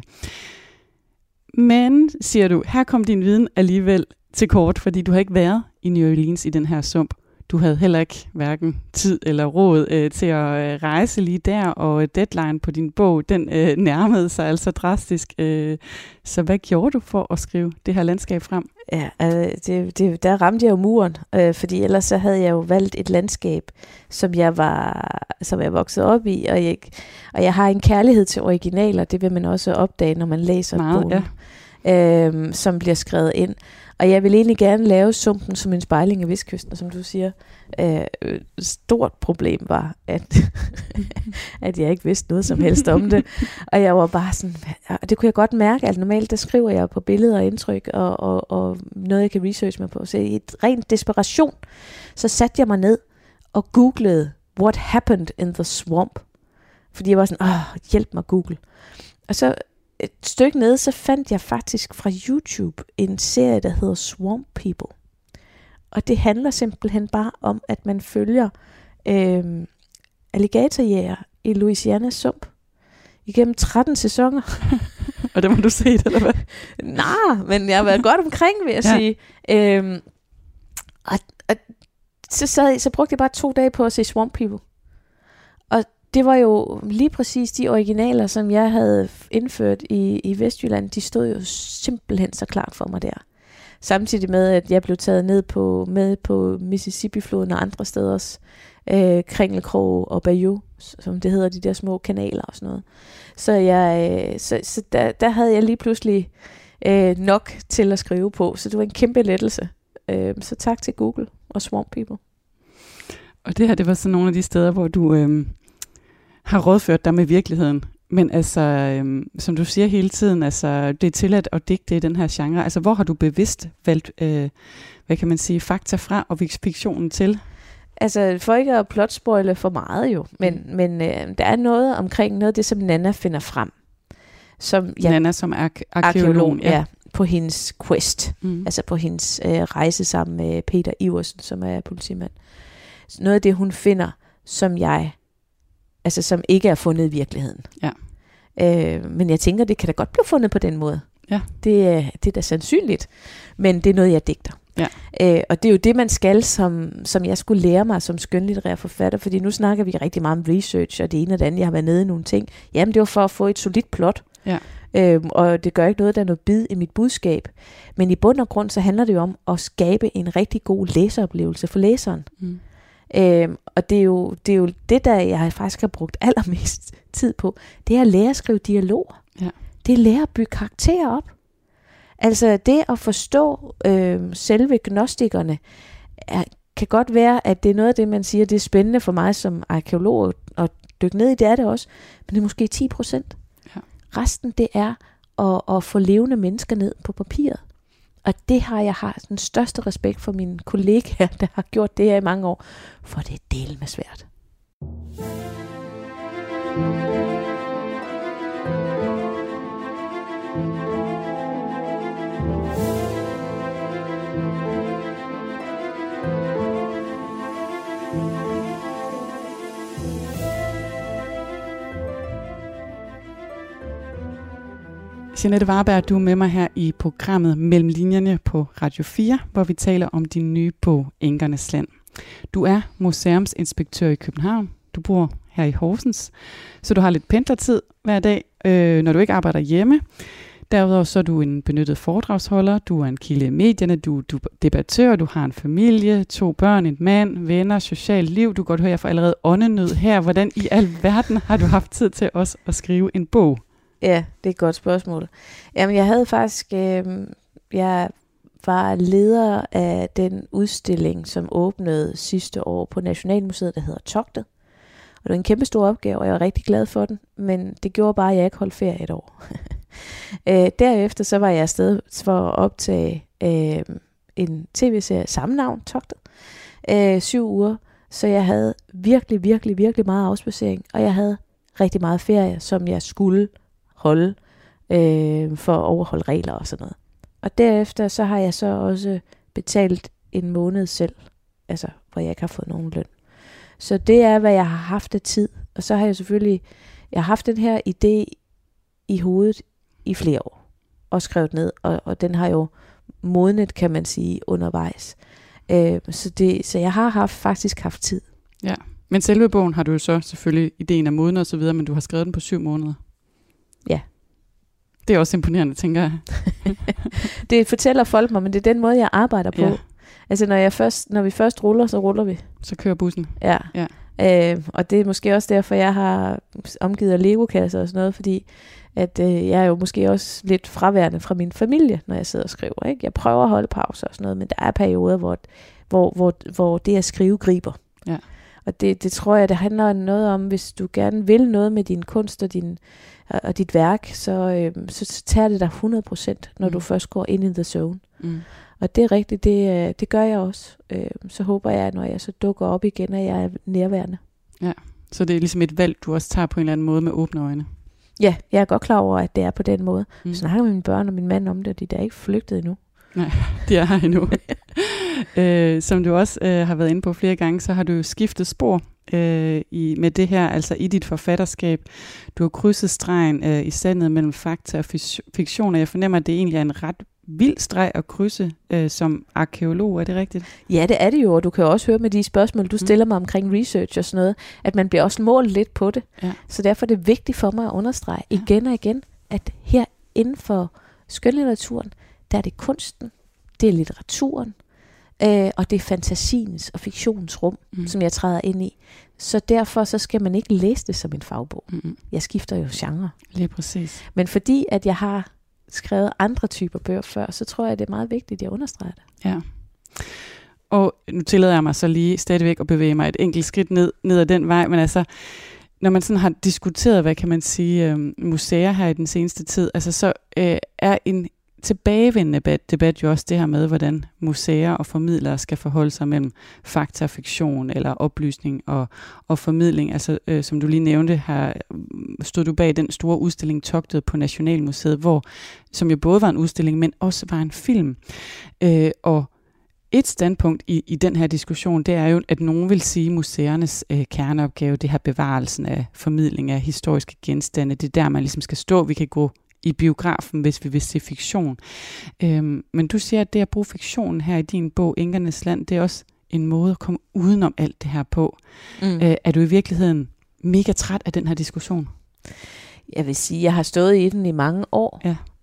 Men, siger du, her kom din viden alligevel til kort, fordi du har ikke været i New Orleans i den her sump. Du havde heller ikke hverken tid eller råd til at rejse lige der, og deadline på din bog, den nærmede sig altså drastisk. Så hvad gjorde du for at skrive det her landskab frem? Ja, der ramte jeg jo muren, fordi ellers så havde jeg jo valgt et landskab, som jeg voksede op i, og jeg har en kærlighed til originaler, det vil man også opdage, når man læser bogen, ja. Som bliver skrevet ind. Og jeg vil egentlig gerne lave sumpen som en spejling af Vestkysten, og som du siger, stort problem var, at jeg ikke vidste noget som helst om det. Og jeg var bare sådan, og det kunne jeg godt mærke, at normalt der skriver jeg på billeder og indtryk, og noget jeg kan researche mig på. Så i et rent desperation, så satte jeg mig ned og googlede, what happened in the swamp? Fordi jeg var sådan, hjælp mig Google. Og så et stykke nede, så fandt jeg faktisk fra YouTube en serie, der hedder Swamp People. Og det handler simpelthen bare om, at man følger alligatorjæger i Louisianas sump igennem 13 sæsoner. Og det må du se, eller hvad? Nej, men jeg har været godt omkring, vil jeg sige. Og så brugte jeg bare 2 dage på at se Swamp People. Og det var jo lige præcis de originaler, som jeg havde indført i Vestjylland. De stod jo simpelthen så klart for mig der. Samtidig med, at jeg blev taget med på Mississippi-floden og andre steders Kringelkrog og Bayou, som det hedder, de der små kanaler og sådan noget. Så der havde jeg lige pludselig nok til at skrive på, så det var en kæmpe lettelse. Så tak til Google og Swamp People. Og det her, det var så nogle af de steder, hvor du har rådført dig med virkeligheden. Men altså, som du siger hele tiden, altså, det er tilladt at digte i den her genre. Altså, hvor har du bevidst valgt, hvad kan man sige, fakta fra og fiktionen til? Altså, for ikke at plotspoile for meget jo, men der er noget omkring noget af det, som Nana finder frem. Nana som arkeolog, ja. På hendes quest, altså på hendes rejse sammen med Peter Iversen, som er politimand. Så noget af det, hun finder, som ikke er fundet i virkeligheden. Ja. Men jeg tænker, det kan da godt blive fundet på den måde. Ja. Det er da sandsynligt, men det er noget, jeg digter. Ja. Og det er jo det, man skal, som jeg skulle lære mig som skønlitterær forfatter, fordi nu snakker vi rigtig meget om research, og det ene og det andet, jeg har været nede i nogle ting. Jamen, det var for at få et solidt plot. Ja. Og det gør ikke noget, der er noget bid i mit budskab. Men i bund og grund, så handler det jo om at skabe en rigtig god læseoplevelse for læseren. Og det er jo det, der jeg faktisk har brugt allermest tid på. Det er at lære at skrive dialoger. Ja. Det er at lære at bygge karakterer op. Altså det at forstå selve gnostikerne, kan godt være, at det er noget af det, man siger, det er spændende for mig som arkeolog at dykke ned i, det er det også, men det er måske 10%. Ja. Resten, det er at få levende mennesker ned på papiret. Og det har jeg den største respekt for mine kollegaer, der har gjort det her i mange år, for det er delt med svært. Jeanette Varberg, du er med mig her i programmet Mellem Linjerne på Radio 4, hvor vi taler om din nye bog, Enkernes Land. Du er museumsinspektør i København. Du bor her i Horsens, så du har lidt pendlertid hver dag, når du ikke arbejder hjemme. Derudover så er du en benyttet foredragsholder, du er en kilde i medierne, du er debattør, du har en familie, 2 børn, en mand, venner, socialt liv. Du kan godt høre, jeg får allerede åndenød her. Hvordan i alverden har du haft tid til os at skrive en bog? Ja, det er et godt spørgsmål. Jamen, jeg havde faktisk... jeg var leder af den udstilling, som åbnede sidste år på Nationalmuseet, der hedder Togtet. Og det var en kæmpe stor opgave, og jeg var rigtig glad for den. Men det gjorde bare, at jeg ikke holdt ferie et år. Derefter så var jeg afsted for at optage en tv-serie samme navn, Togtet. 7 uger. Så jeg havde virkelig, virkelig, virkelig meget afspacering. Og jeg havde rigtig meget ferie, som jeg skulle holde for at overholde regler og sådan noget. Og derefter så har jeg så også betalt en måned selv, altså hvor jeg ikke har fået nogen løn. Så det er, hvad jeg har haft af tid. Og så har jeg selvfølgelig, jeg har haft den her idé i hovedet i flere år, og skrevet ned, og den har jo modnet, kan man sige, undervejs. Så jeg har faktisk haft tid. Ja, men selve bogen har du jo så selvfølgelig ideen af modnet og så videre, men du har skrevet den på 7 måneder. Ja. Det er også imponerende, tænker jeg. Det fortæller folk mig, men det er den måde, jeg arbejder på. Ja. Altså, når vi først ruller, så ruller vi. Så kører bussen. Ja. Og det er måske også derfor, jeg har omgivet af Lego-kasser og sådan noget, fordi at jeg er jo måske også lidt fraværende fra min familie, når jeg sidder og skriver. Ikke? Jeg prøver at holde pauser og sådan noget, men der er perioder, hvor det at skrive griber. Ja. Og det tror jeg, det handler noget om, hvis du gerne vil noget med din kunst og dit værk, så tager det dig 100%, når du først går ind i the zone. Mm. Og det er rigtigt, det gør jeg også. Så håber jeg, når jeg så dukker op igen, at jeg er nærværende. Ja, så det er ligesom et valg, du også tager på en eller anden måde med åbne øjne. Ja, jeg er godt klar over, at det er på den måde. Jeg snakker med mine børn og min mand om det, og de er ikke flygtet endnu. Nej, de er her endnu. Som du også har været inde på flere gange, så har du skiftet spor med det her, altså i dit forfatterskab. Du har krydset stregen i sandet mellem fakta og fiktion, og jeg fornemmer, at det egentlig er en ret vild streg at krydse som arkeolog, er det rigtigt? Ja, det er det jo, og du kan jo også høre med de spørgsmål, du stiller mig omkring research og sådan noget, at man bliver også målt lidt på det. Ja. Så derfor er det vigtigt for mig at understrege igen og igen, at her inden for skønlitteraturen, der er det kunsten, det er litteraturen, og det er fantasiens og fiktionens rum, som jeg træder ind i. Så derfor så skal man ikke læse det som en fagbog. Jeg skifter jo genre. Lige præcis. Men fordi at jeg har skrevet andre typer bøger før, så tror jeg, det er meget vigtigt, at jeg understreger det. Ja. Og nu tillader jeg mig så lige stadigvæk at bevæge mig et enkelt skridt ned ad den vej, men altså, når man sådan har diskuteret, hvad kan man sige, museer her i den seneste tid, altså så er en tilbagevendende debat jo også det her med, hvordan museer og formidlere skal forholde sig mellem fakta og fiktion, eller oplysning og formidling. Altså, som du lige nævnte, her stod du bag den store udstilling Togtet på Nationalmuseet, som jo både var en udstilling, men også var en film. Og et standpunkt i den her diskussion, det er jo, at nogen vil sige, at museernes kerneopgave, det her bevarelsen af formidling af historiske genstande, det er der, man ligesom skal stå. Vi kan gå i biografen, hvis vi vil se fiktion. Men du siger, at det at bruge fiktionen her i din bog, Inkernes Land, det er også en måde at komme udenom alt det her på. Er du i virkeligheden mega træt af den her diskussion? Jeg vil sige, at jeg har stået i den i mange år,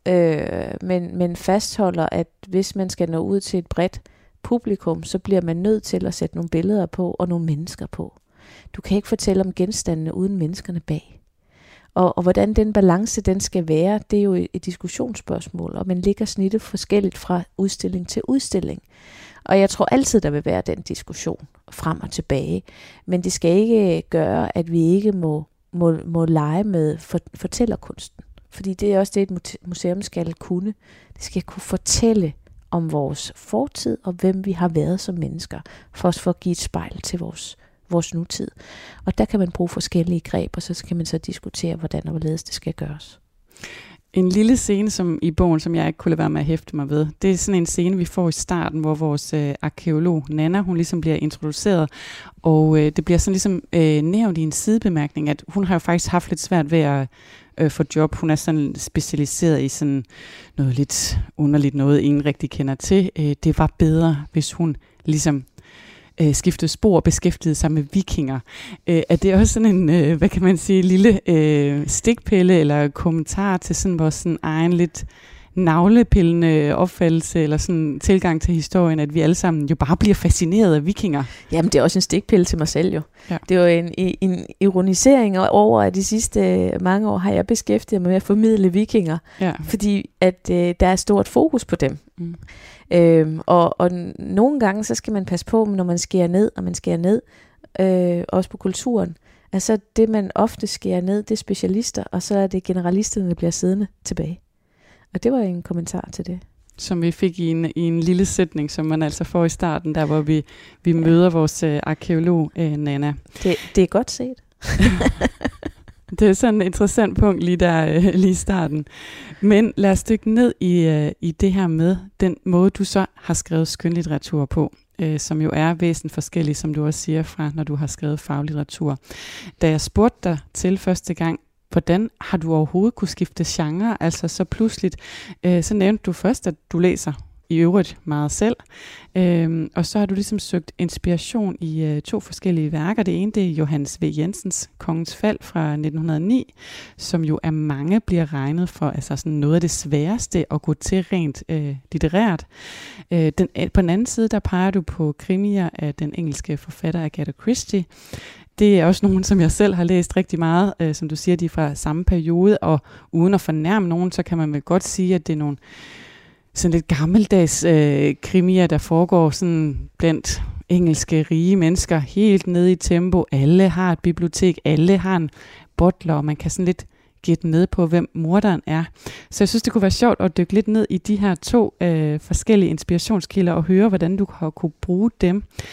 men fastholder, at hvis man skal nå ud til et bredt publikum, så bliver man nødt til at sætte nogle billeder på og nogle mennesker på. Du kan ikke fortælle om genstandene uden menneskerne bag. Og hvordan den balance, den skal være, det er jo et diskussionsspørgsmål, og man ligger snittet forskelligt fra udstilling til udstilling. Og jeg tror altid, der vil være den diskussion frem og tilbage. Men det skal ikke gøre, at vi ikke må lege med fortællerkunsten. Fordi det er også det, et museum skal kunne. Det skal kunne fortælle om vores fortid, og hvem vi har været som mennesker, for at give et spejl til vores nutid. Og der kan man bruge forskellige greb, og så kan man så diskutere, hvordan og hvorledes det skal gøres. En lille scene som i bogen, som jeg ikke kunne lade være med at hæfte mig ved, det er sådan en scene, vi får i starten, hvor vores arkeolog Nana, hun ligesom bliver introduceret, og det bliver sådan ligesom nævnt i en sidebemærkning, at hun har jo faktisk haft lidt svært ved at få job. Hun er sådan specialiseret i sådan noget lidt underligt, noget ingen rigtig kender til. Det var bedre, hvis hun ligesom skiftede spor og beskæftigede sig med vikinger. Er det også sådan en, hvad kan man sige, lille stikpille eller kommentar til sådan vores sådan egen lidt navlepillende opfattelse eller sådan tilgang til historien, at vi alle sammen jo bare bliver fascineret af vikinger? Jamen, det er også en stikpille til mig selv jo. Ja. Det er jo en ironisering over, at de sidste mange år har jeg beskæftiget mig med at formidle vikinger, fordi at der er stort fokus på dem. Og nogle gange, så skal man passe på, når man skærer ned, og man skærer ned, også på kulturen. Altså det, man ofte skærer ned, det er specialister, og så er det generalisterne, der bliver siddende tilbage. Og det var en kommentar til det. Som vi fik i en lille sætning, som man altså får i starten, der hvor vi møder vores arkeolog, Nana. Det er godt set. Det er sådan et interessant punkt lige i starten. Men lad os dykke ned i det her med den måde, du så har skrevet skønlitteratur på, som jo er væsentligt forskellig, som du også siger, fra når du har skrevet faglitteratur. Da jeg spurgte dig til første gang, hvordan har du overhovedet kunne skifte genre, altså så pludseligt, så nævnte du først, at du læser i øvrigt meget selv, og så har du ligesom søgt inspiration i 2 forskellige værker. Det ene, det er Johannes V. Jensens Kongens Fald fra 1909, som jo af mange bliver regnet for altså sådan noget af det sværeste at gå til rent litterært. På den anden side, der peger du på krimier af den engelske forfatter Agatha Christie. Det er også nogen, som jeg selv har læst rigtig meget, som du siger, de er fra samme periode, og uden at fornærme nogen, så kan man vel godt sige, at det er nogle sådan lidt gammeldags krimier, der foregår sådan blandt engelske rige mennesker, helt nede i tempo. Alle har et bibliotek, alle har en butler, og man kan sådan lidt gætte med på, hvem morderen er. Så jeg synes, det kunne være sjovt at dykke lidt ned i de her 2 forskellige inspirationskilder og høre, hvordan du har kunne bruge dem.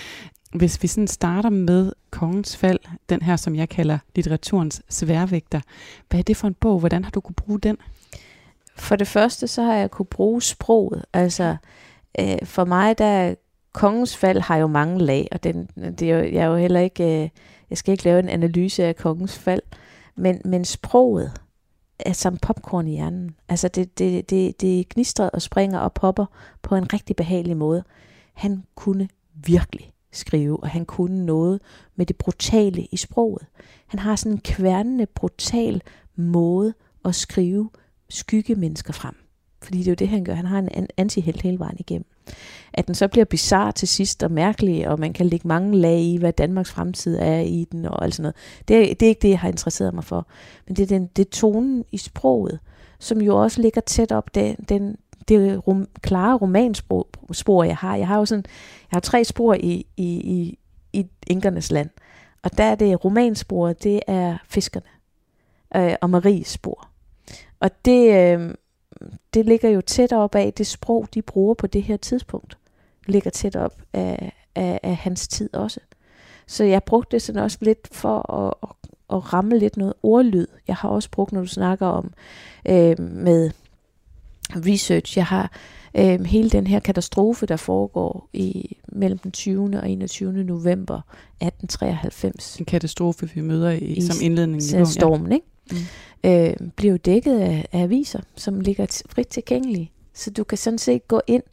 Hvis vi sådan starter med Kongens Fald, den her, som jeg kalder litteraturens sværvægter, hvad er det for en bog? Hvordan har du kunne bruge den? For det første, så har jeg kunne bruge sproget. Altså, for mig, der Kongens Fald har jo mange lag, og jeg er jo heller ikke, jeg skal ikke lave en analyse af Kongens Fald, men sproget er som popcorn i hjernen. Altså, det gnistrer og springer og popper på en rigtig behagelig måde. Han kunne virkelig skrive, og han kunne noget med det brutale i sproget. Han har sådan en kværnende, brutal måde at skrive skyggemennesker frem. Fordi det er jo det, han gør. Han har en antihelt hele vejen igennem. At den så bliver bizarre til sidst og mærkelig, og man kan lægge mange lag i, hvad Danmarks fremtid er i den, og alt sådan noget. Det er ikke det, jeg har interesseret mig for. Men det er tonen i sproget, som jo også ligger tæt op det klare romanspor, jeg har. Jeg har 3 spor i Inkernes land. Og der er det romansporet, det er fiskerne og Maries spor. Og det ligger jo tæt op af det sprog, de bruger på det her tidspunkt. Ligger tæt op af hans tid også. Så jeg brugte det sådan også lidt for at ramme lidt noget ordlyd. Jeg har også brugt, når du snakker om med research. Jeg har hele den her katastrofe, der foregår mellem den 20. og 21. november 1893. En katastrofe, vi møder som indledning i stormen, ikke? Bliver jo dækket af aviser, som ligger frit tilgængelige. Så du kan sådan set gå ind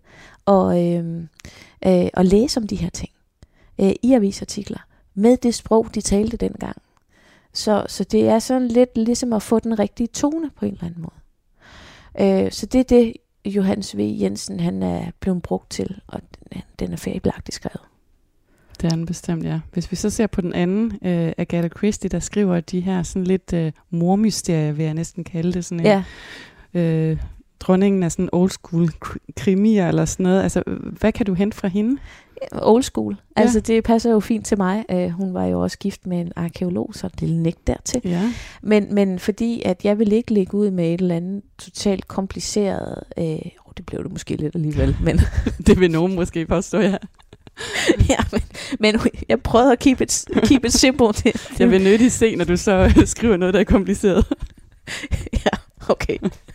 og læse om de her ting i avisartikler med det sprog, de talte dengang. Så det er sådan lidt ligesom at få den rigtige tone på en eller anden måde. Så det er det, Johannes V. Jensen han er blevet brugt til, og den er fabelagtigt skrevet. Det er den bestemt, ja. Hvis vi så ser på den anden, Agatha Christie, der skriver de her sådan lidt mormysterier, vil jeg næsten kalde det. Sådan en, dronningen af sådan old school krimier eller sådan noget. Altså, hvad kan du hente fra hende? Old school. Ja. Altså, det passer jo fint til mig. Hun var jo også gift med en arkeolog, så et lille nægt dertil. Ja. Men fordi, at jeg vil ikke ligge ud med et eller andet totalt kompliceret... det blev det måske lidt alligevel, men... det vil nogen måske påstå, ja. Ja, men jeg prøvede at keep it simple. Jeg vil nødigt se, når du så skriver noget, der er kompliceret. Ja, okay.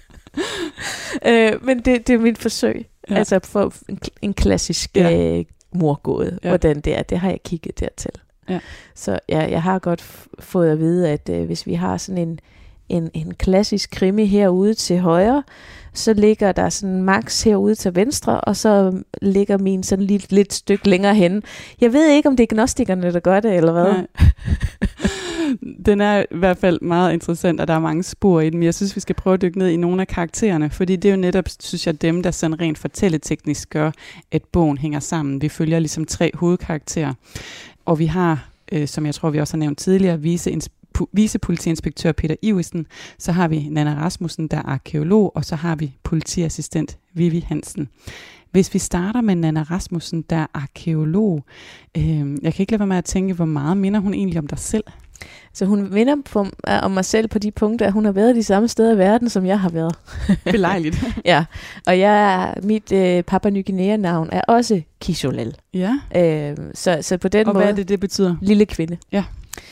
Men det er mit forsøg. Ja. Altså for en klassisk morgåde, hvordan det er. Det har jeg kigget dertil. Ja. Så jeg har godt fået at vide, at hvis vi har sådan en klassisk krimi herude til højre, så ligger der sådan Max herude til venstre, og så ligger min sådan lidt stykke længere henne. Jeg ved ikke, om det er gnostikerne, der gør det, eller hvad? Nej. Den er i hvert fald meget interessant, og der er mange spor i den, men jeg synes, vi skal prøve at dykke ned i nogle af karaktererne, fordi det er jo netop, synes jeg, dem, der sådan rent fortælleteknisk gør, at bogen hænger sammen. Vi følger ligesom 3 hovedkarakterer, og vi har, som jeg tror, vi også har nævnt tidligere, vicepolitiinspektør Peter Ivesen, så har vi Nanna Rasmussen, der er arkeolog, og så har vi politiassistent Vivi Hansen. Hvis vi starter med Nanna Rasmussen, der er arkeolog, jeg kan ikke lade være med at tænke, hvor meget minder hun egentlig om dig selv? Så hun minder om mig selv på de punkter, at hun har været de samme steder i verden, som jeg har været. Belejligt. Ja, og mit Papua Ny Guinea-navn er også Kisolel. Ja. Så på den og måde... hvad er det betyder? Lille kvinde. Ja.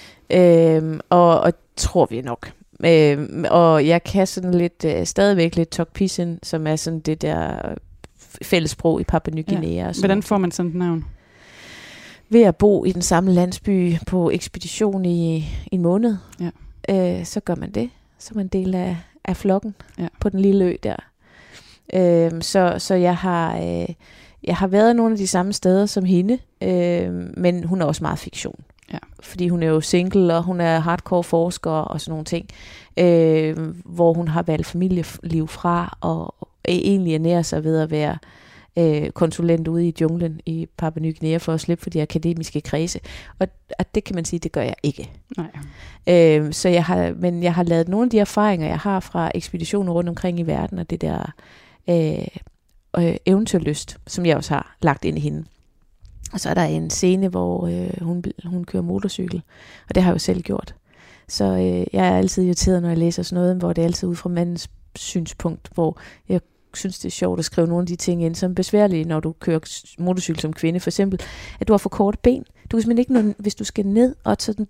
Og tror vi nok. Og jeg kan sådan lidt, stadigvæk lidt Tok-Pisin, som er sådan det der fællessprog i Papua Ny Guinea. Ja. Hvordan får man sådan et navn? Ved at bo i den samme landsby på ekspedition i en måned. Ja. Så gør man det. Så er man en del af flokken på den lille ø der. Så jeg har været nogle af de samme steder som hende, men hun er også meget fiktion. Ja. Fordi hun er jo single, og hun er hardcore forsker og sådan nogle ting, hvor hun har valgt familieliv fra, og egentlig ernærer sig ved at være konsulent ude i junglen i Papua Ny Guinea for at slippe for de akademiske kredse. Og det kan man sige, det gør jeg ikke. Nej. Så jeg har lavet nogle af de erfaringer, jeg har fra ekspeditioner rundt omkring i verden, og det der eventyrlyst, som jeg også har lagt ind i hende. Og så er der en scene, hvor hun kører motorcykel, og det har jeg jo selv gjort. Så jeg er altid irriteret, når jeg læser sådan noget, hvor det er altid ud fra mandens synspunkt, hvor jeg synes, det er sjovt at skrive nogle af de ting ind, som er besværlige, når du kører motorcykel som kvinde. For eksempel, at du har for korte ben. Du kan simpelthen ikke nå, hvis du skal ned og sådan,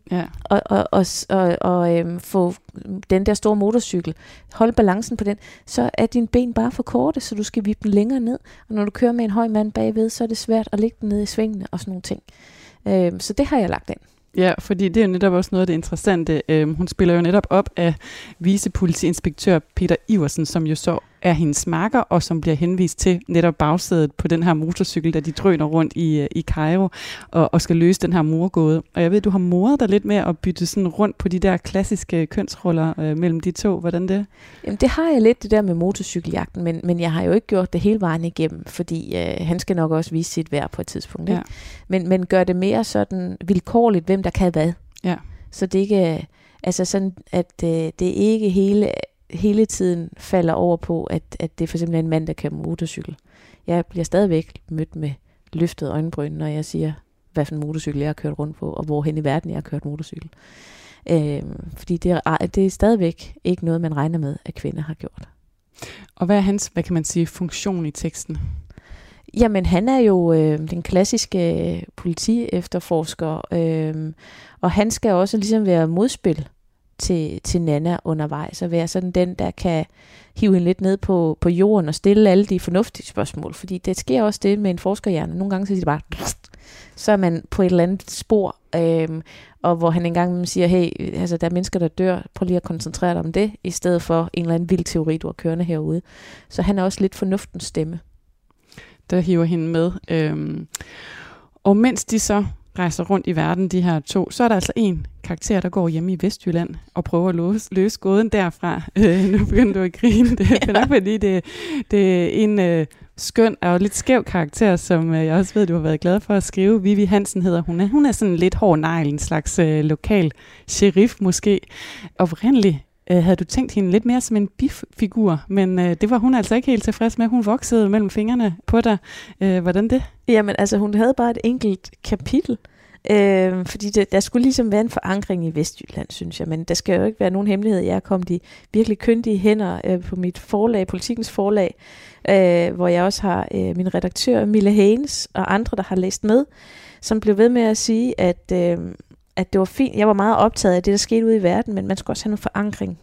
få den der store motorcykel, holde balancen på den, så er dine ben bare for korte, så du skal vippe den længere ned. Og når du kører med en høj mand bagved, så er det svært at ligge den nede i svingene og sådan nogle ting. Så det har jeg lagt ind. Ja, fordi det er jo netop også noget af det interessante. Hun spiller jo netop op af vicepolitiinspektør Peter Iversen, som jo så er hendes makker, og som bliver henvist til netop bagsædet på den her motorcykel, da de drøner rundt i Kairo og skal løse den her morgåde. Og jeg ved, du har moret dig lidt med at bytte sådan rundt på de der klassiske kønsroller mellem de to. Hvordan det? Jamen, det har jeg lidt, det der med motorcykeljagten, men jeg har jo ikke gjort det hele vejen igennem, fordi han skal nok også vise sit værd på et tidspunkt. Ikke? Ja. Men gør det mere sådan vilkårligt, hvem der kan hvad. Ja. Så det ikke, altså sådan, at det ikke hele tiden falder over på, at det for eksempel er en mand, der kører motorcykel. Jeg bliver stadigvæk mødt med løftet øjenbryn, når jeg siger, hvad for en motorcykel jeg har kørt rundt på, og hvorhen i verden jeg har kørt motorcykel. Fordi det er stadigvæk ikke noget, man regner med, at kvinder har gjort. Og hvad er hans, hvad kan man sige, funktion i teksten? Jamen, han er jo den klassiske politiefterforsker, og han skal også ligesom være modspil til Nana undervejs, og være sådan den, der kan hive hende lidt ned på jorden og stille alle de fornuftige spørgsmål. Fordi det sker også det med en forskerhjerne. Nogle gange så siger det bare, så er man på et eller andet spor, og hvor han engang siger, hey, altså, der er mennesker, der dør, prøv lige at koncentrere dig om det, i stedet for en eller anden vild teori, du har kørende herude. Så han er også lidt fornuftens stemme. Der hiver hende med. Og mens de så rejser rundt i verden, de her to, så er der altså en karakter, der går hjemme i Vestjylland og prøver at løse gåden derfra. Nu begynder du at grine. Det er nok fordi, det er en skøn og lidt skæv karakter, som jeg også ved, du har været glad for at skrive. Vivi Hansen hedder hun. Hun er sådan lidt hård negl, en slags lokal sheriff måske. Oprindeligt havde du tænkt hende lidt mere som en biffigur, men det var hun altså ikke helt tilfreds med. Hun voksede mellem fingrene på dig. Hvordan det? Jamen, altså hun havde bare et enkelt kapitel, fordi der skulle ligesom være en forankring i Vestjylland, synes jeg, men der skal jo ikke være nogen hemmelighed. Jeg er kommet i virkelig kyndige hænder på mit forlag, Politikens forlag, hvor jeg også har min redaktør Mille Haynes og andre, der har læst med, som blev ved med at sige, at det var fint. Jeg var meget optaget af det, der skete ude i verden, men man skulle også have noget forankring.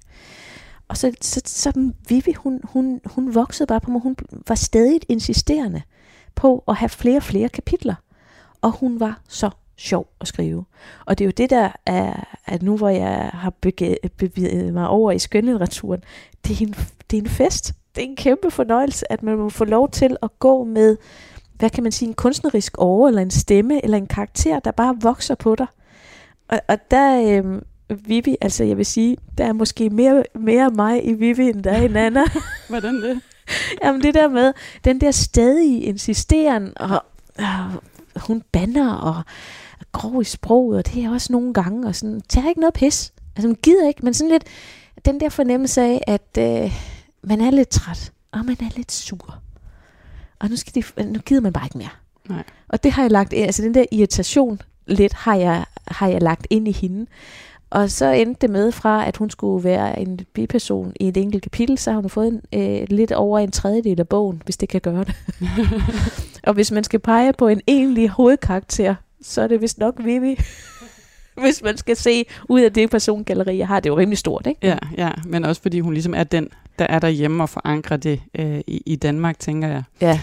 Og så Vivi, hun voksede bare på mig. Hun var stadig insisterende på at have flere og flere kapitler. Og hun var så sjov at skrive. Og det er jo det, der er, at nu hvor jeg har bevæget mig over i skønlitteraturen, det er en fest. Det er en kæmpe fornøjelse, at man må få lov til at gå med, hvad kan man sige, en kunstnerisk åre, eller en stemme, eller en karakter, der bare vokser på dig. Og der, Vivi, altså jeg vil sige, der er måske mere mig i Vivi, end der er i Nana. Hvordan det? Jamen det der med, den der stadige insisteren, og hun bander og er grov i sproget, og det er også nogle gange, og sådan, tager ikke noget pis. Altså man gider ikke, men sådan lidt, den der fornemmelse af, at man er lidt træt, og man er lidt sur. Og nu gider man bare ikke mere. Nej. Og det har jeg lagt, altså den der irritation lidt har jeg lagt ind i hende. Og så endte det med fra, at hun skulle være en biperson i et enkelt kapitel, så har hun fået lidt over en tredjedel af bogen, hvis det kan gøre det. Og hvis man skal pege på en egentlig hovedkarakter, så er det vist nok Vivi. Hvis man skal se ud af det persongalleri, jeg har, det jo rimelig stort, ikke? Ja, men også fordi hun ligesom er den, der er derhjemme og forankrer det i Danmark, tænker jeg. Ja.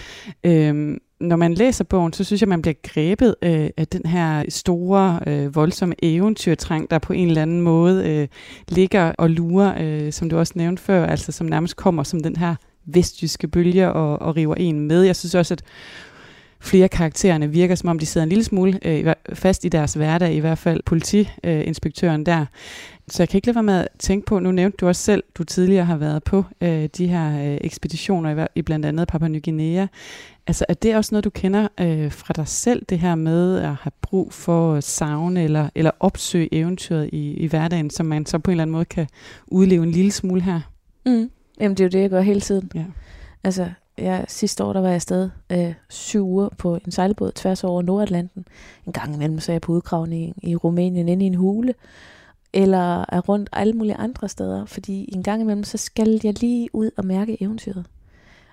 Når man læser bogen, så synes jeg, man bliver grebet af den her store, voldsomme eventyrtrang, der på en eller anden måde ligger og lurer, som du også nævnte før, altså som nærmest kommer som den her vestjyske bølge og river en med. Jeg synes også, at flere karaktererne virker, som om de sidder en lille smule fast i deres hverdag, i hvert fald politiinspektøren der. Så jeg kan ikke lade være med at tænke på, nu nævnte du også selv, du tidligere har været på de her ekspeditioner i blandt andet Papua Ny Guinea. Altså er det også noget, du kender fra dig selv, det her med at have brug for at savne eller opsøge eventyret i hverdagen, som man så på en eller anden måde kan udleve en lille smule her? Jamen det er jo det, jeg gør hele tiden. Ja. Altså sidste år, der var jeg afsted 7 uger på en sejlbåd tværs over Nordatlanten. En gang imellem så er jeg på udgravning i Rumænien inde i en hule, eller er rundt alle mulige andre steder, fordi en gang imellem så skal jeg lige ud og mærke eventyret.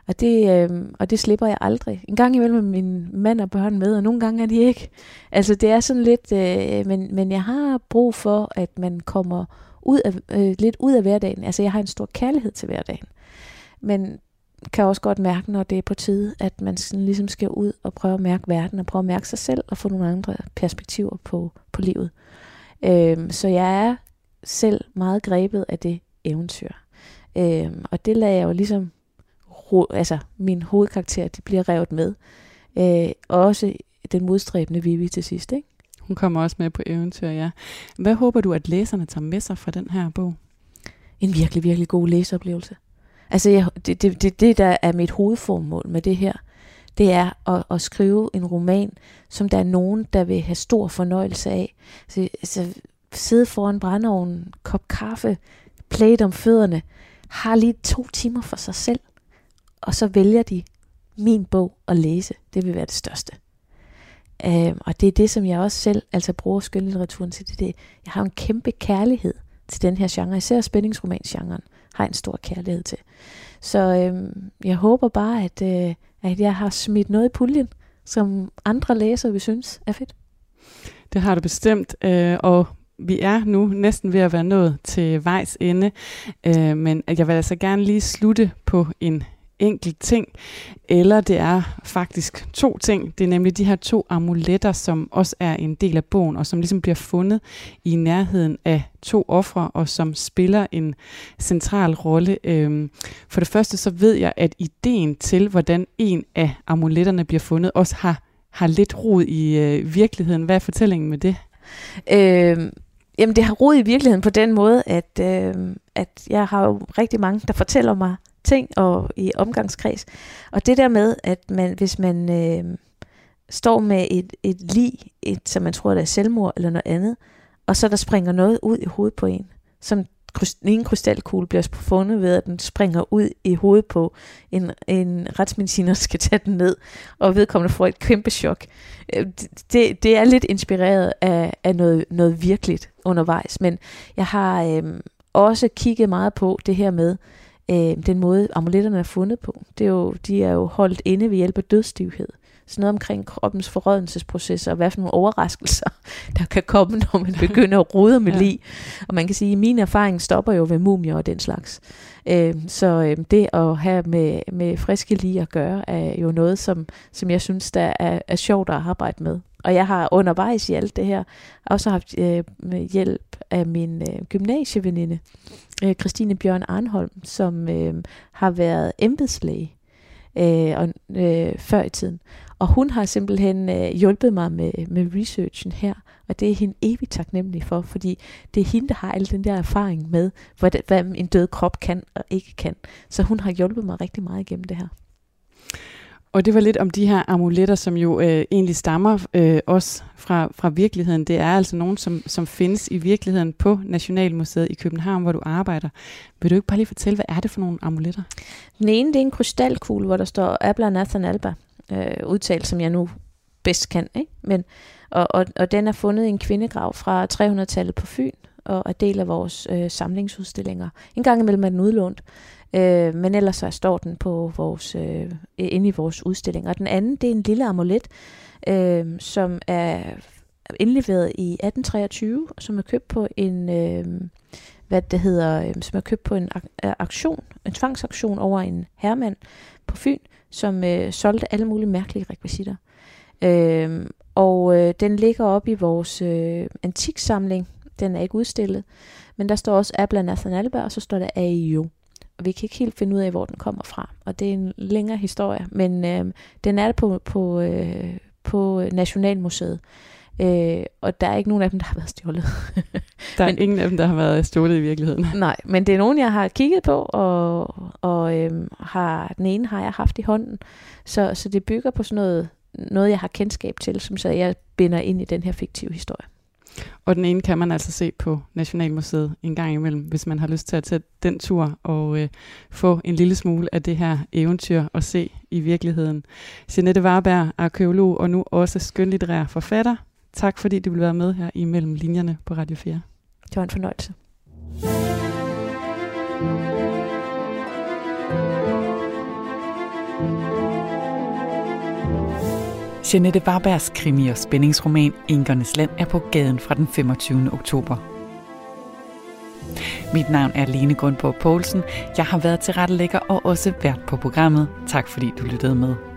Og det slipper jeg aldrig. En gang imellem med min mand og børn med, og nogle gange er de ikke. Altså det er sådan lidt, men jeg har brug for, at man kommer lidt ud af hverdagen. Altså jeg har en stor kærlighed til hverdagen. Men kan også godt mærke, når det er på tide, at man sådan ligesom skal ud og prøve at mærke verden, og prøve at mærke sig selv, og få nogle andre perspektiver på livet. Så jeg er selv meget grebet af det eventyr. Og det lader jeg jo ligesom, altså min hovedkarakter, det bliver revet med. Og også den modstræbende Vivi til sidst, ikke? Hun kommer også med på eventyr, ja. Hvad håber du, at læserne tager med sig fra den her bog? En virkelig, virkelig god læseoplevelse. Altså det der er mit hovedformål med det her, det er at skrive en roman, som der er nogen, der vil have stor fornøjelse af. Så sidde foran brændeovnen, kop kaffe, plate om fødderne, har lige 2 timer for sig selv, og så vælger de min bog at læse. Det vil være det største. Og det er det, som jeg også selv altså bruger skønlitteraturen til. Det. Jeg har en kæmpe kærlighed til den her genre, især spændingsromansgenren har en stor kærlighed til. Så jeg håber bare, at jeg har smidt noget i puljen, som andre læsere vil synes er fedt. Det har du bestemt, og vi er nu næsten ved at være nået til vejs ende, men jeg vil altså gerne lige slutte på en enkelt ting, eller det er faktisk 2 ting. Det er nemlig de her 2 amuletter, som også er en del af bogen, og som ligesom bliver fundet i nærheden af 2 ofre, og som spiller en central rolle. For det første så ved jeg, at ideen til, hvordan en af amuletterne bliver fundet, også har lidt rod i virkeligheden. Hvad er fortællingen med det? Jamen det har rod i virkeligheden på den måde, at jeg har jo rigtig mange, der fortæller mig ting og i omgangskreds. Og det der med, at hvis man står med et lig, som man tror, det er selvmord eller noget andet, og så der springer noget ud i hovedet på en, som en krystalkugle bliver fundet ved, at den springer ud i hovedet på en retsmediciner, skal tage den ned, og vedkommende får et kæmpe chok. Det er lidt inspireret af noget virkeligt undervejs, men jeg har også kigget meget på det her med den måde, amuletterne er fundet på. De er jo holdt inde ved hjælp af dødsstivhed. Sådan noget omkring kroppens forrådnelsesproces, og hvad for nogle overraskelser, der kan komme, når man begynder at rode med lig. Og man kan sige, at min erfaring stopper jo ved mumier og den slags. Så det at have med friske lig at gøre, er jo noget, som jeg synes, der er sjovt at arbejde med. Og jeg har undervejs i alt det her også haft hjælp af min gymnasieveninde, Christine Bjørn Arnholm, som har været embedslæge før i tiden. Og hun har simpelthen hjulpet mig med researchen her, og det er hende evigt taknemmelig for, fordi det er hende, der har al den der erfaring med, hvad en død krop kan og ikke kan. Så hun har hjulpet mig rigtig meget igennem det her. Og det var lidt om de her amuletter, som jo egentlig stammer også fra virkeligheden. Det er altså nogen, som findes i virkeligheden på Nationalmuseet i København, hvor du arbejder. Vil du ikke bare lige fortælle, hvad er det for nogle amuletter? Den ene, det er en krystalkugle, hvor der står Abla Nathan Alba, udtalt som jeg nu bedst kan. Ikke? Men, og den er fundet i en kvindegrav fra 300-tallet på Fyn, og er del af vores samlingsudstillinger. En gang imellem er den udlånt. Men ellers så står den på inde i vores udstilling. Og den anden, det er en lille amulet, som er indleveret i 1823, som er købt på en auktion, en tvangsauktion over en herremand på Fyn, som solgte alle mulige mærkelige rekvisitter. Den ligger oppe i vores antiksamling. Den er ikke udstillet, men der står også Abla Nathan Alba, og så står der AIO. Og vi kan ikke helt finde ud af, hvor den kommer fra. Og det er en længere historie, men den er der på Nationalmuseet. Og der er ikke nogen af dem, der har været stjålet. Der er ingen af dem, der har været stjålet i virkeligheden. Nej, men det er nogen, jeg har kigget på, og den ene har jeg haft i hånden. Så det bygger på sådan noget, jeg har kendskab til, som så jeg binder ind i den her fiktive historie. Og den ene kan man altså se på Nationalmuseet en gang imellem, hvis man har lyst til at tage den tur og få en lille smule af det her eventyr og se i virkeligheden. Jeanette Varberg, arkæolog og nu også skønlitterær forfatter. Tak fordi du ville være med her i Mellem Linjerne på Radio 4. Det var en fornøjelse. Jeanette Varbergs krimi- og spændingsroman Enkernes Land er på gaden fra den 25. oktober. Mit navn er Lene Grundborg Poulsen. Jeg har været tilrettelægger og også vært på programmet. Tak fordi du lyttede med.